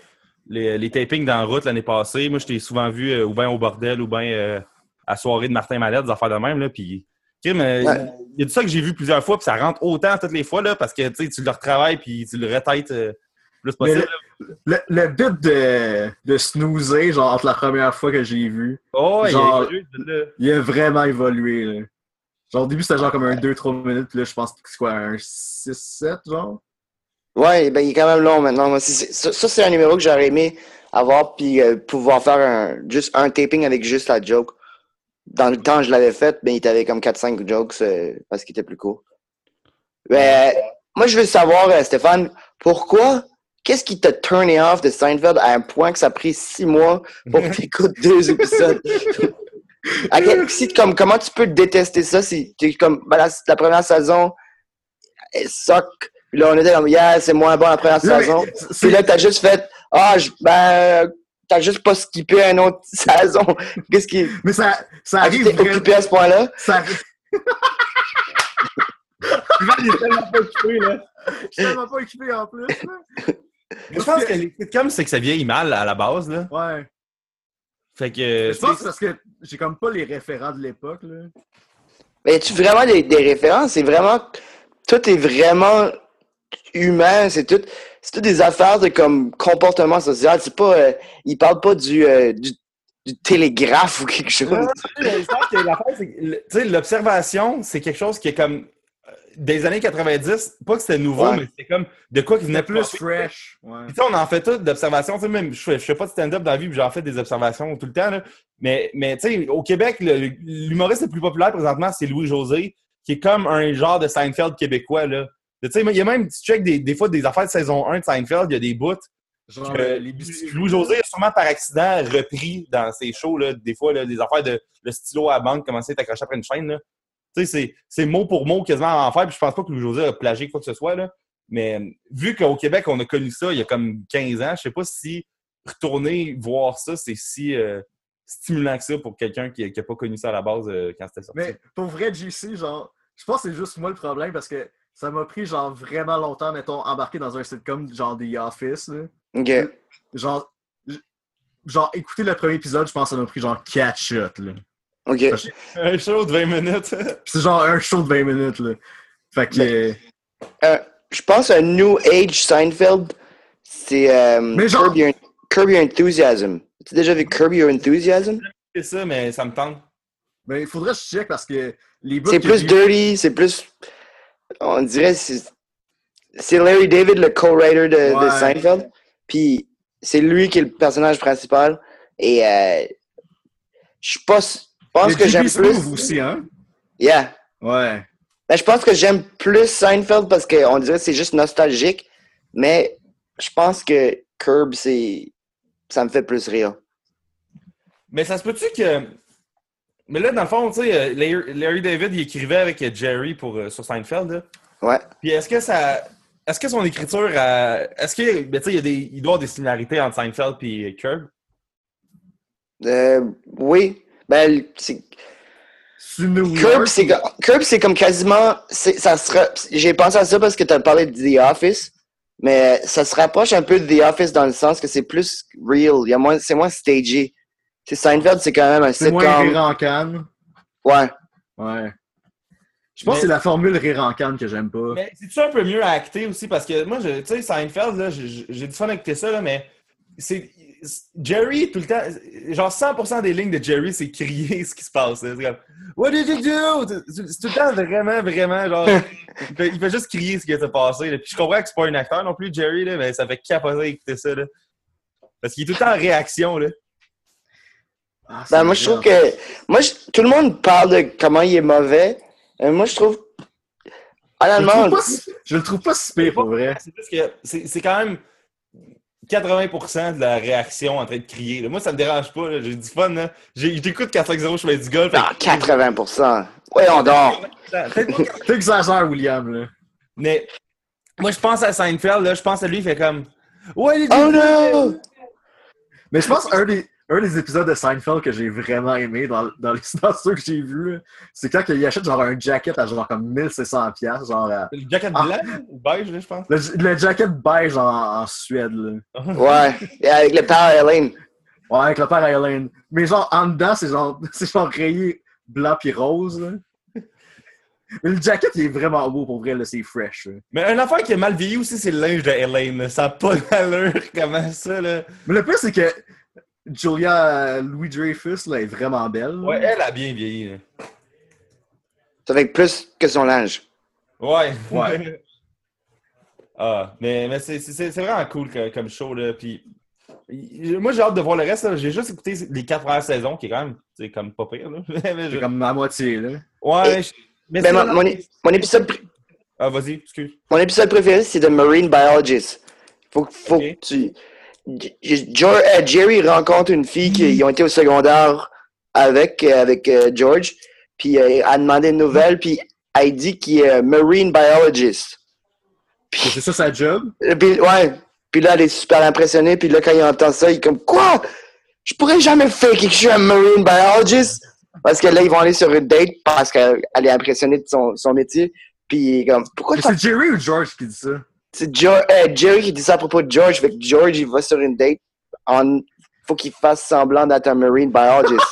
les tapings dans la route l'année passée. Moi, je t'ai souvent vu ou bien au bordel ou bien à la soirée de Martin Mallette, des affaires de même. Là, puis, il y a de ça que j'ai vu plusieurs fois, puis ça rentre autant toutes les fois, là, parce que tu le retravailles puis tu le retêtes le plus possible. Le but de snoozer, genre, entre la première fois que j'ai vu, genre, il a vraiment évolué, là. Genre, au début, c'était genre comme un 2-3 minutes, puis là, je pense que c'est quoi, un 6-7, genre? Ouais, il est quand même long maintenant. Moi, ça, c'est un numéro que j'aurais aimé avoir, puis pouvoir faire juste un taping avec juste la joke. Dans le temps, je l'avais fait, il t'avait comme 4-5 jokes parce qu'il était plus court. Mais moi, je veux savoir, Stéphane, qu'est-ce qui t'a turné off de Seinfeld à un point que ça a pris 6 mois pour que tu écoutes 2 épisodes? Comment tu peux détester ça si tu comme la première saison elle suck, puis là on était comme c'est moins bon la première saison, puis là t'as juste fait t'as juste pas skippé une autre saison. Qu'est-ce qui mais ça arrive t'es occupé à ce point-là? Ça arrive. Il est tellement pas occupé, là. Je suis tellement pas occupé en plus, là. Je pense que les sitcoms, c'est que ça vieillit mal à la base, là. Ouais. Fait que je pense que c'est parce que j'ai comme pas les référents de l'époque, là. Mais as-tu vraiment des références? C'est vraiment... Tout est vraiment humain. C'est tout des affaires de comme comportement social. C'est pas... ils parlent pas du télégraphe ou quelque chose. Non, je pense que l'affaire, c'est que l'observation, c'est quelque chose qui est comme... Des années 90, pas que c'était nouveau, mais c'était comme de quoi qui venait plus fresh. Ouais. On en fait tout d'observations. Même, je fais pas de stand-up dans la vie, puis j'en fais des observations tout le temps. Là. Mais tu sais, au Québec, l'humoriste le plus populaire présentement, c'est Louis-José, qui est comme un genre de Seinfeld québécois. Là. Il y a même, tu check des fois des affaires de saison 1 de Seinfeld, il y a des bouts. Genre les biscuits. Louis-José a sûrement par accident repris dans ses shows, là, des fois, là, des affaires de le stylo à la banque, commencer à être accroché après une chaîne. Là. Tu sais, c'est mot pour mot quasiment à en faire, puis je pense pas que Louis-José a plagié quoi que ce soit, là. Mais vu qu'au Québec, on a connu ça il y a comme 15 ans, je sais pas si retourner voir ça, c'est si stimulant que ça pour quelqu'un qui a pas connu ça à la base quand c'était sorti. Mais pour vrai, JC, genre, je pense que c'est juste moi le problème parce que ça m'a pris genre vraiment longtemps, mettons, embarqué dans un sitcom genre The Office, là. OK. Genre, écouter le premier épisode, je pense que ça m'a pris genre 4 shots, là. OK. Un show de 20 minutes. C'est genre un show de 20 minutes, là. Fait que... je pense un New Age Seinfeld, c'est Curb Your Enthusiasm. Tu as déjà vu Curb Your Enthusiasm? C'est ça, mais ça me tente. Mais il faudrait que je check parce que les bouts... C'est plus dirty, c'est plus... On dirait c'est Larry David, le co-writer de Seinfeld. Puis c'est lui qui est le personnage principal. Et je pense que j'aime plus... aussi, hein? Yeah. Ouais. Ben, je pense que j'aime plus Seinfeld parce qu'on dirait que c'est juste nostalgique. Mais je pense que Curb, ça me fait plus rire. Mais ça se peut-tu que... Mais là, dans le fond, tu sais, Larry David, il écrivait avec Jerry sur Seinfeld, là. Ouais. Puis est-ce que son écriture, est-ce que, ben, tu sais, il doit y avoir des similarités entre Seinfeld et Curb? Oui. Ben, c'est... New York. Curb, c'est comme quasiment... ça sera... J'ai pensé à ça parce que tu as parlé de The Office, mais ça se rapproche un peu de The Office dans le sens que c'est plus real. C'est moins stagé. C'est Seinfeld, c'est quand même un c'est sitcom. moins rire en canne. Ouais. Ouais. Je pense que c'est la formule rire en canne que j'aime pas. Mais c'est-tu un peu mieux à acter aussi? Parce que moi, tu sais, Seinfeld, là, j'ai du fun à écouter ça, là, mais Jerry, tout le temps, genre 100% des lignes de Jerry, c'est crier ce qui se passe. C'est comme « What did you do? » C'est tout le temps vraiment, vraiment, genre, il fait juste crier ce qui s'est passé. Là. Puis je comprends que c'est pas un acteur non plus, Jerry, là, mais ça fait capoter d'écouter ça. Là. Parce qu'il est tout le temps en réaction. Là. Ben, moi, je trouve que... tout le monde parle de comment il est mauvais. Moi, je trouve... Honnêtement... Je le trouve pas si pire, pour vrai. C'est juste que c'est quand même 80% de la réaction en train de crier. Là. Moi, ça me dérange pas. Là. J'ai du fun. Là. J'écoute 4-5-0, je fais du golf. Non, 80%. Ouais, on dort. T'exagères, William, là. Mais moi, je pense à Seinfeld. Là. Je pense à lui, il fait comme... Ouais, oh non! Mais je pense un des épisodes de Seinfeld que j'ai vraiment aimé dans ceux que j'ai vus, c'est quand il achète genre un jacket à genre comme 1500$, genre le jacket blanc ou beige, là, je pense. Le jacket beige en Suède, là. Ouais, et avec le père Elaine. Ouais, avec le père Elaine. Mais genre en dedans, c'est genre rayé blanc pis rose, là. Mais le jacket, il est vraiment beau pour vrai, là, c'est fresh. Là. Mais un affaire qui est mal vieilli aussi, c'est le linge de Elaine. Ça n'a pas d'allure, comment ça, là. Mais le pire, c'est que Julia Louis-Dreyfus, là, est vraiment belle. Ouais, elle a bien vieilli. Là. Ça fait plus que son linge. Ouais. Ouais. Mais c'est vraiment cool comme show, là. Puis, moi, j'ai hâte de voir le reste, là. J'ai juste écouté les 4 premières saisons, qui est quand même, c'est comme pas pire, là. C'est comme à moitié, là. Ouais. Mais mon épisode... Ah, vas-y, excuse. Mon épisode préféré, c'est The Marine Biologist. Faut okay. que tu... Jerry rencontre une fille qui ont été au secondaire avec George, puis a demandé une nouvelle, puis elle dit qu'il est Marine Biologist. Puis, c'est ça sa job? Puis, ouais. Puis là, elle est super impressionnée, puis là, quand il entend ça, il est comme « Quoi? Je pourrais jamais faire que je suis un Marine Biologist? » Parce que là, ils vont aller sur une date parce qu'elle est impressionnée de son métier. Puis comme, pourquoi c'est Jerry ou George qui dit ça? C'est Jerry qui dit ça à propos de George. Fait que George, il va sur une date. Faut qu'il fasse semblant d'être un marine biologist.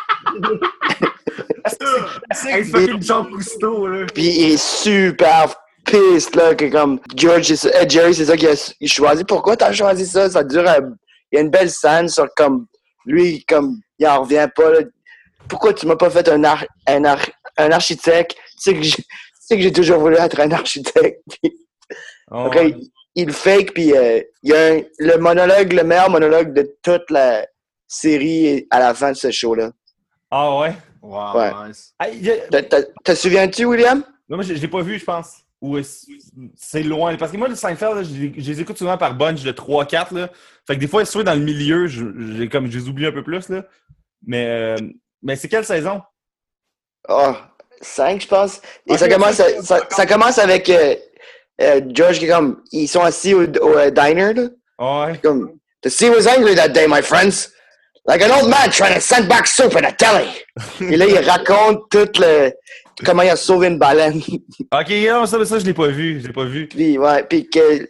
C'est fucking Jean Cousteau, là. Puis il est super pissed, là, que comme Jerry, c'est ça qu'il a choisi. Pourquoi t'as choisi ça? Ça dure il y a une belle scène sur comme lui, comme il en revient pas, là. Pourquoi tu m'as pas fait un architecte? Tu sais que j'ai toujours voulu être un architecte. Okay, il fake, puis il y a le meilleur monologue de toute la série à la fin de ce show-là. Ah ouais? Wow, ouais. Nice. Te souviens-tu, William? Non, moi, je l'ai pas vu, je pense. Ou c'est loin. Parce que moi, le Seinfeld, là, je les écoute souvent par bunch de 3-4. Là. Fait que des fois, soit dans le milieu, je les oublie un peu plus. Là. Mais c'est quelle saison? Oh, 5, je pense. Et okay, ça commence avec George qui est comme... Ils sont assis au diner, là. Ouais. Comme, the sea was angry that day, my friends. Like an old man trying to send back soup in a telly. Et là, il raconte comment il a sauvé une baleine. OK, non, ça, je l'ai pas vu. Je l'ai pas vu. Puis, ouais, puis que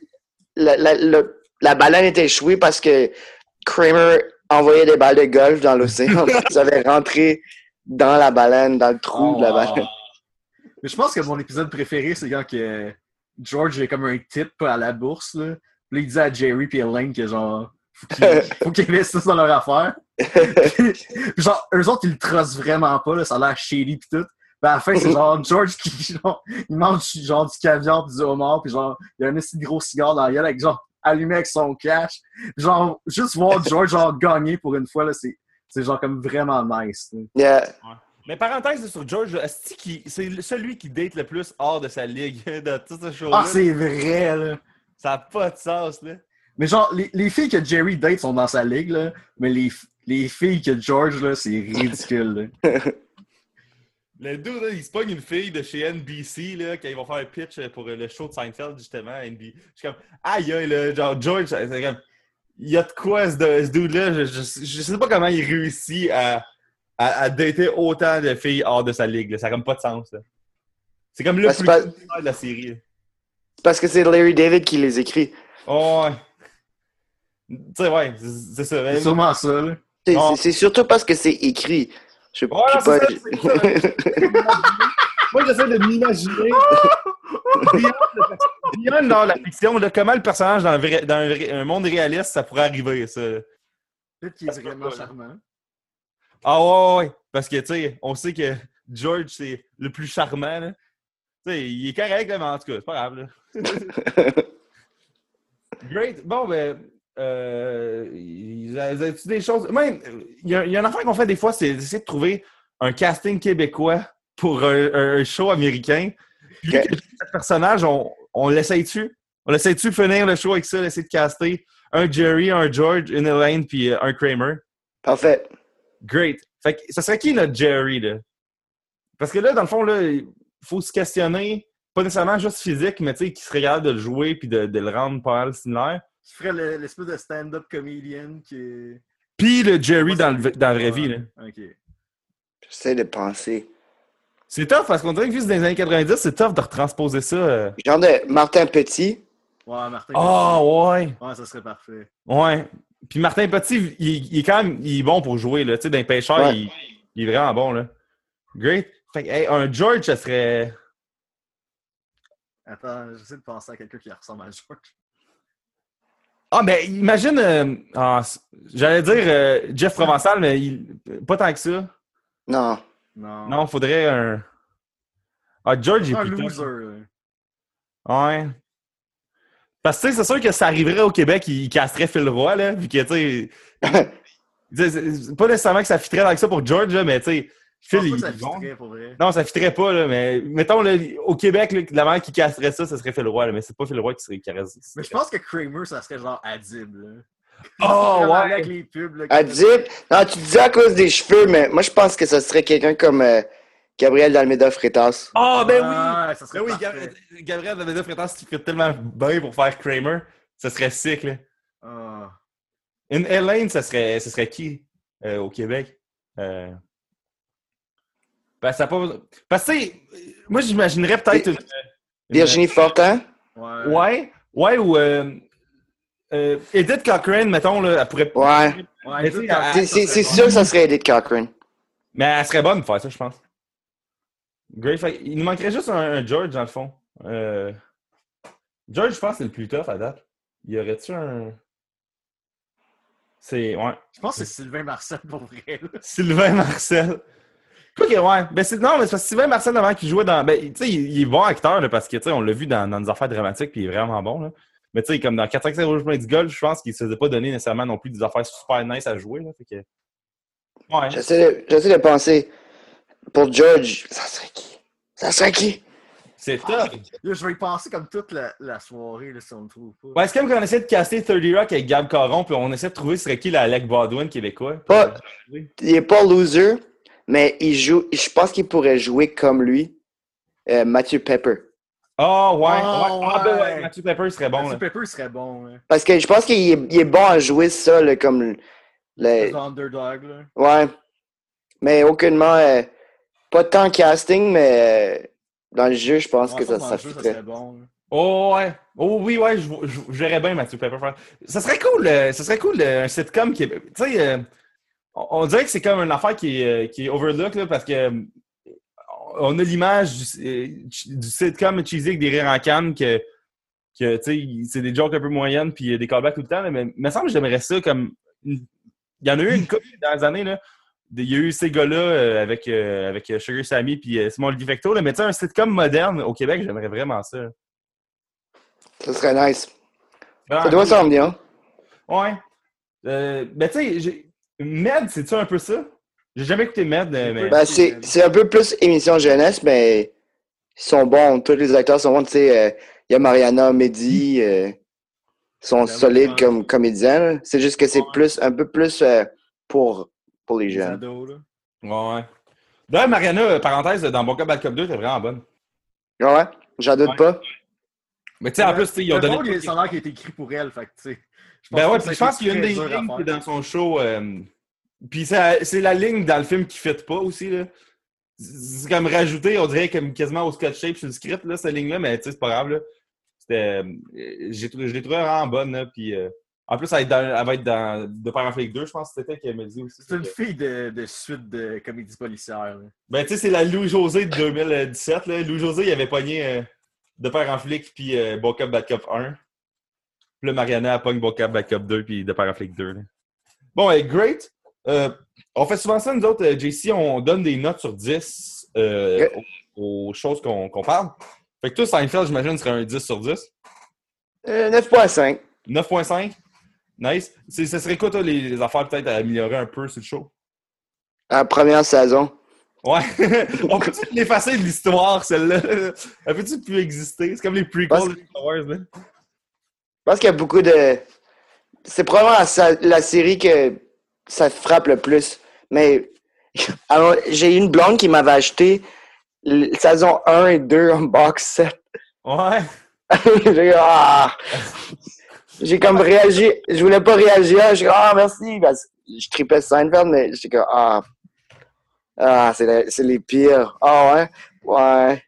la baleine était échouée parce que Kramer envoyait des balles de golf dans l'océan. Ils avaient rentré dans la baleine, dans le trou de la baleine. Mais je pense que mon épisode préféré, c'est quand que George est comme un type à la bourse. Là. Puis il dit à Jerry et Elaine que genre faut qu'ils investissent dans leur affaire. Puis, genre, eux autres, ils le trussent vraiment pas. Là, ça a l'air shady pis tout. Puis à la fin, c'est genre George qui genre, il mange genre du caviar pis du homard. Puis genre, il y a un petit gros cigare dans la gueule avec genre allumé avec son cash. Genre, juste voir George genre gagner pour une fois, là, c'est genre comme vraiment nice. Là. Yeah. Ouais. Mais parenthèse sur George, c'est celui qui date le plus hors de sa ligue de tout ce show-là. Ah, c'est vrai, là. Ça n'a pas de sens, là. Mais genre, les filles que Jerry date sont dans sa ligue, là. Mais les filles que George, là, c'est ridicule, là. Le dude, là, il se pogne une fille de chez NBC, là, quand ils vont faire un pitch pour le show de Seinfeld, justement, à NBC. Je suis comme, aïe, aïe, là, genre, George, c'est comme, il y a de quoi, ce dude-là, je sais pas comment il réussit à dater autant de filles hors de sa ligue, là. Ça n'a comme pas de sens, là. C'est comme le Ben, plus populaire de la série, là. C'est parce que c'est Larry David qui les écrit. Oh, ouais. Tu sais, ouais, c'est ça. C'est sûrement ça, là. C'est surtout parce que c'est écrit. Je Ouais, non, pas... c'est ça. Moi, j'essaie de m'imaginer Beyond dans la fiction, là, comment le personnage dans un monde réaliste, ça pourrait arriver, ça. Peut-être qu'il est vraiment charmant. Ah ouais. Parce que, tu sais, on sait que George, c'est le plus charmant, là. Tu sais, il est correct, là, mais en tout cas, c'est pas grave, là. Great. Bon, ben... avez-tu des choses... Même, il y a une affaire qu'on fait des fois, c'est d'essayer de trouver un casting québécois pour un show américain. Puis, vu que ce personnage, on l'essaye-tu? On essaye-tu de finir le show avec ça, d'essayer de caster un Jerry, un George, une Elaine, puis un Kramer? Parfait. Great. Fait que ça serait qui notre Jerry, là? Parce que là, dans le fond, là, il faut se questionner, pas nécessairement juste physique, mais tu sais, qui serait capable de le jouer puis de le rendre pas mal similaire. Tu ferais l'espèce de stand-up comedian qui est... Puis le Jerry dans la vraie vie, là. OK. J'essaie de penser. C'est tough parce qu'on dirait que vu que c'est dans les années 90, c'est tough de retransposer ça. Genre de Martin Petit. Ouais, Martin. Ah, ouais! Ouais, ça serait parfait. Ouais. Puis Martin Petit, il est quand même il est bon pour jouer, là. Tu sais, dans les pêcheurs, Ouais. il est vraiment bon, là. Great. Fait que, hey, un George, ça serait... Attends, j'essaie de penser à quelqu'un qui ressemble à George. Ah, ben, imagine... j'allais dire Jeff Provençal, mais pas tant que ça. Non. Non, faudrait un... Ah, George, il est Un plus loser, tough. là. Ouais. Parce que, tu sais, c'est sûr que ça arriverait au Québec, il casterait Phil Roy, là, vu que, tu sais... c'est pas nécessairement que ça fitterait avec ça pour George, là, mais, tu sais, Phil, Je pense il pas que est ça bon. fitterait, pour vrai. Non, ça fitterait pas, là, mais mettons, là, au Québec, là, la manière qui casterait ça serait Phil Roy, là, mais c'est pas Phil Roy qui serait caressé. Mais je pense que Kramer, ça serait genre Adib, là. Oh, Vraiment ouais! avec les pubs, là. Adib. Non, tu disais à cause des cheveux, mais moi, je pense que ça serait quelqu'un comme Gabriel d'Almeida Freitas. Ah, ben oui! Ouais, ça serait Ben oui, parfait. Gabriel David Freitas, tu ferais tellement bien pour faire Kramer, ça serait sick, là. Ah. Une Elaine, ça serait qui au Québec? Ben, ça pas... Parce que, tu sais, moi, j'imaginerais peut-être une... Virginie Fortin. Ouais. Ouais, ou Edith Cochrane, mettons, là, elle pourrait... Ouais. Ouais, Mais tout tu sais, à- C'est sûr que ça serait Edith Cochrane. Mais elle serait bonne pour faire ça, je pense. Great. Fait, il nous manquerait juste un George, dans le fond. George, je pense que c'est le plus tough à date. Y aurait-tu un... C'est... Ouais. Je pense que c'est Sylvain Marcel, pour vrai, là. Sylvain Marcel. Quoi que, ouais. Ben, non, mais c'est parce que Sylvain Marcel, avant qu'il jouait dans... Ben, tu sais, il est bon acteur, là, parce que, tu sais, on l'a vu dans des affaires dramatiques, puis il est vraiment bon, là. Mais, tu sais, comme dans 4-5 Rouge plein du golf, je pense qu'il se faisait pas donner nécessairement non plus des affaires super nice à jouer, là. Fait que... Ouais. J'essaie de penser. Pour George, ça serait qui? Ça serait qui? C'est tough. Là, je vais y penser comme toute la soirée, là, si on le trouve pas. Ouais, c'est comme quand on essaie de caster 30 Rock avec Gab Caron, puis on essaie de trouver ce serait qui la Alec Baldwin québécois. Pas, il est pas loser, mais il joue. Je pense qu'il pourrait jouer comme lui. Matthew Pepper. Oh, ouais. Oh, ouais. Ah, ben ouais, ouais. Matthew Pepper serait bon, Matthew là. Pepper serait bon, là. Parce que je pense qu'il est bon à jouer ça, là, comme Les le. underdogs, là. Ouais. Mais aucunement. Pas tant casting, mais dans le jeu, je pense que Ouais, ça dans le jeu, ça fitterait. serait bon, là. Oh, ouais. Oh, oui, ouais, je verrais bien Matthew Pepper faire. Ça serait cool, un sitcom qui est. Tu sais, on dirait que c'est comme une affaire qui est overlooked, là, parce que on a l'image du sitcom cheesy avec des rires en canne que tu sais, c'est des jokes un peu moyennes puis des callbacks tout le temps, là, mais il me semble que j'aimerais ça comme. Il y en a eu une couple dans les années, là. Il y a eu ces gars-là avec Sugar Sammy puis Simon Olivecto, là, mais tu sais, un sitcom moderne au Québec, j'aimerais vraiment ça. Ça serait nice. Vraiment Ça doit s'en venir. Ouais. Ben, tu sais, Med, c'est-tu un peu ça? J'ai jamais écouté Med, mais... Ben, c'est un peu plus émission jeunesse, mais ils sont bons. Tous les acteurs sont bons. Tu sais, il y a Mariana, Mehdi. Ils sont solides comme comédiens. Là. C'est juste que c'est un peu plus pour les Les jeunes. ados, là. Ouais. D'ailleurs, Mariana, parenthèse, dans Bon Cop, Bad Cop 2, t'es vraiment bonne. Ouais, j'en doute pas. Mais tu sais, en plus, ils ont donné... Le ça a l'air qui a été écrit pour elle, fait que tu sais... Ben ouais, puis je pense qu'il y a une des lignes qui est dans son show... Puis c'est la ligne dans le film qui ne fit pas aussi, là. C'est comme rajouté, on dirait comme quasiment au sketch shape sur le script, là, cette ligne-là, mais tu sais, c'est pas grave, là. C'était... Je l'ai trouvé vraiment bonne, là, puis... En plus, elle va être dans De Père en flic 2, je pense que c'était qu'elle me dit aussi. C'est une fille de suite de comédie policière. Là. Ben, tu sais, c'est la Louis-José de 2017. Là. Louis-José, il avait pogné De Père en flic puis Bon Cop, Bad Cop 1. Puis là, Mariana, elle pogne Bon Cop, Bad Cop 2 puis De Père en flic 2. Là. Bon, great. On fait souvent ça, nous autres, JC, on donne des notes sur 10 aux choses qu'on parle. Fait que toi, Seinfeld, j'imagine, serait un 10 sur 10. 9.5. 9.5? Nice. Ce serait quoi, toi, les affaires peut-être à améliorer un peu sur le show? La première saison. Ouais. On peut-tu l'effacer de l'histoire, celle-là? Elle peut-tu plus exister? C'est comme les prequels de Star Wars, là. Je pense qu'il y a beaucoup de... C'est probablement la série que ça frappe le plus. Mais alors, j'ai une blonde qui m'avait acheté saison 1 et 2 en box set. Ouais. J'ai comme réagi. Je voulais pas réagir. J'ai dit merci. Je tripais Seinfeld, mais j'étais comme c'est les pires. Ouais. Ouais.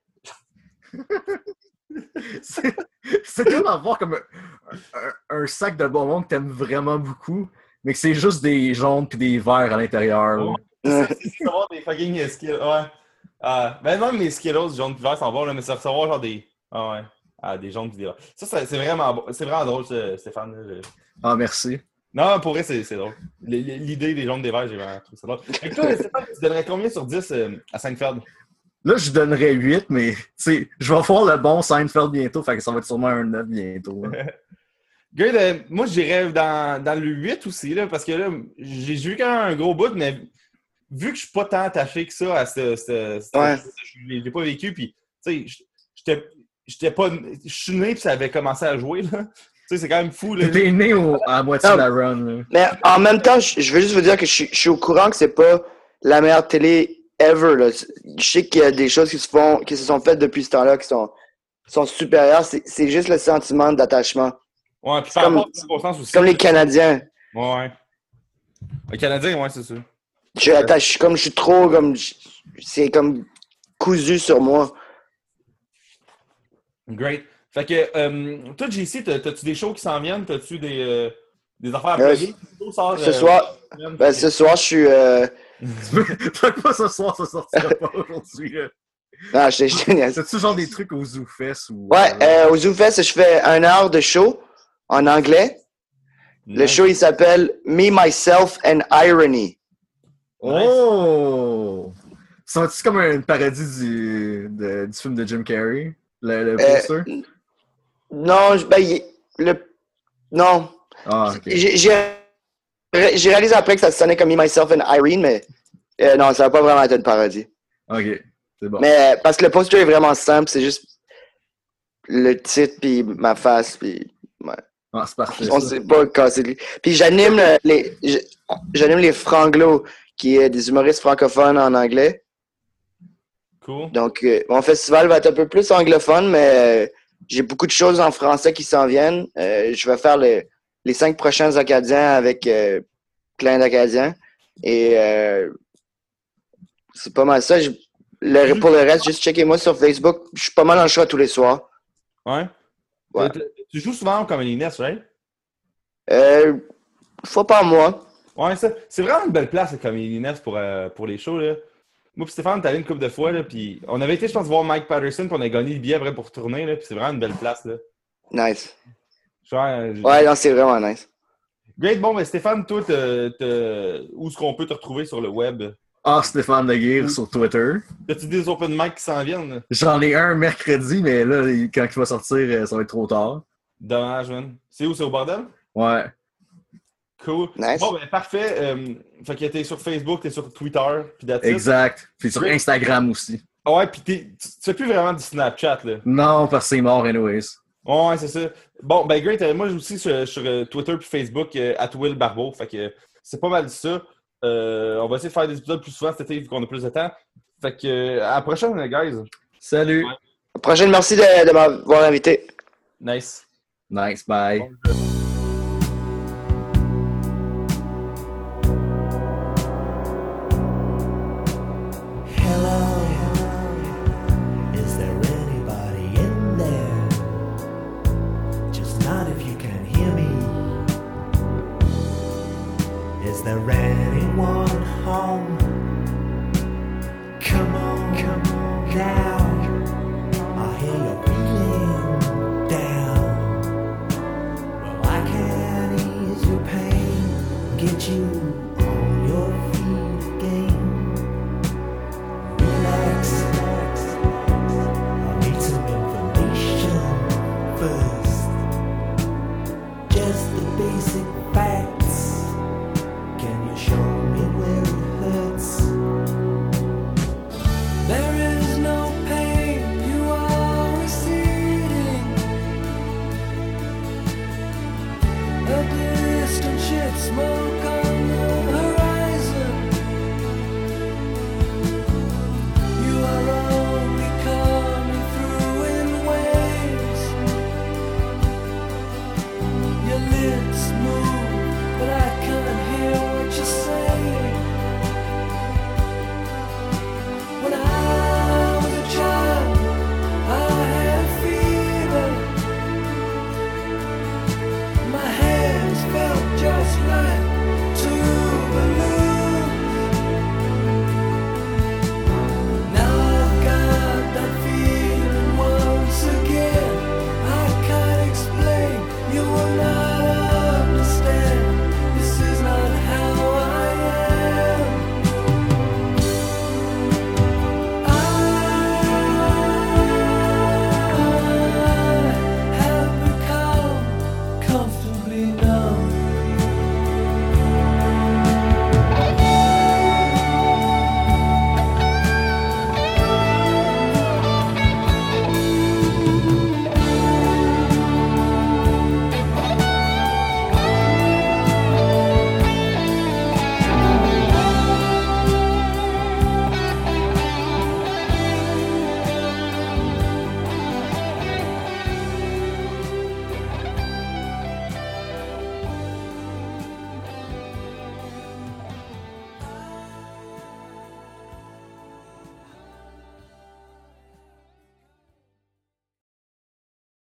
C'est comme avoir comme un sac de bonbons que t'aimes vraiment beaucoup, mais que c'est juste des jaunes puis des verts à l'intérieur. C'est recevoir des fucking Skittles. Ouais. Ben même mes Skittles jaunes puis verts sont bons, là, mais c'est recevoir genre des... des jaunes puis des verts. Ça, c'est vraiment bon. C'est vraiment drôle, Stéphane. Merci. Non, pour vrai, c'est drôle. L'idée des jaunes des verts, j'ai vraiment trouvé ça drôle. Et toi, Stéphane, tu donnerais combien sur 10 à Seinfeld? Là, je donnerais 8, mais tu sais, je vais faire le bon Seinfeld bientôt, fait que ça va être sûrement un 9 bientôt. Good, moi, je dirais dans le 8 aussi, là, parce que là, j'ai vu quand même un gros bout, mais vu que je suis pas tant attaché que ça à je l'ai pas vécu, puis tu sais, je suis né puis ça avait commencé à jouer, là. Tu sais, c'est quand même fou, là. T'es né à moitié de la run, là. Mais en même temps, je veux juste vous dire que je suis au courant que c'est pas la meilleure télé ever, là. Je sais qu'il y a des choses qui se sont faites depuis ce temps-là qui sont supérieures. C'est juste le sentiment d'attachement. Ouais, puis par rapport aux circonstances aussi. Comme les Canadiens. Ouais. Les Canadiens, ouais, c'est ça. Je suis trop comme... C'est comme cousu sur moi. Great. Fait que, toi, JC, t'as-tu des shows qui s'en viennent? T'as-tu des affaires à plugger? Ce soir, je suis... Tant que pas ce soir, ça sortira pas aujourd'hui. Ah, je génial. C'est-tu genre des trucs aux ZooFest ou... Ouais, aux ZooFest, je fais 1 heure de show en anglais. Nice. Le show, il s'appelle Me, Myself and Irony. Oh! C'est comme une parodie du film de Jim Carrey? Le poster? Non, non. Ah, ok. J'ai réalisé après que ça sonnait comme Me, Myself and Irene, mais non, ça va pas vraiment être une parodie. Ok, c'est bon. Mais parce que le poster est vraiment simple, c'est juste le titre puis ma face puis ouais. Ah, c'est parfait. On sait pas casser. Puis j'anime les Franglos, qui est des humoristes francophones en anglais. Cool. Donc mon festival va être un peu plus anglophone, mais j'ai beaucoup de choses en français qui s'en viennent. Je vais faire les 5 prochains Acadiens avec plein d'Acadiens. Et c'est pas mal ça. Pour le reste, juste checkez-moi sur Facebook. Je suis pas mal en choix tous les soirs. Ouais. Tu joues souvent au Comedy Nest, right? Fois par mois. Ouais, c'est vraiment une belle place, le Comedy Nest, pour les shows, là. Moi et Stéphane, t'es allé une couple de fois, là, puis on avait été, je pense, voir Mike Patterson, puis on a gagné le billet après pour tourner, là, puis c'est vraiment une belle place, là. Nice. Ouais, non, c'est vraiment nice. Great. Bon, mais Stéphane, toi, où est-ce qu'on peut te retrouver sur le web? Ah, Stéphane Laguerre sur Twitter. As-tu des open mic qui s'en viennent? J'en ai un mercredi, mais là, quand il va sortir, ça va être trop tard. Dommage, man. C'est où? C'est au bordel? Ouais. Cool. Nice. Bon, ben parfait. Fait que t'es sur Facebook, t'es sur Twitter, puis that's it. Exact. Puis sur Instagram aussi. Ah ouais, puis tu fais plus vraiment du Snapchat, là. Non, parce que c'est mort anyways. Ouais, c'est ça. Bon, ben great. Moi aussi sur Twitter puis Facebook, @Will Barbeau. Fait que c'est pas mal ça. On va essayer de faire des épisodes plus souvent cet été vu qu'on a plus de temps. Fait que, à la prochaine, guys. Salut. Prochaine, merci de m'avoir invité. Nice. Nice, bye. Is there anyone home? Come on now. I hear you're feeling down. Well, I can ease your pain, get you on your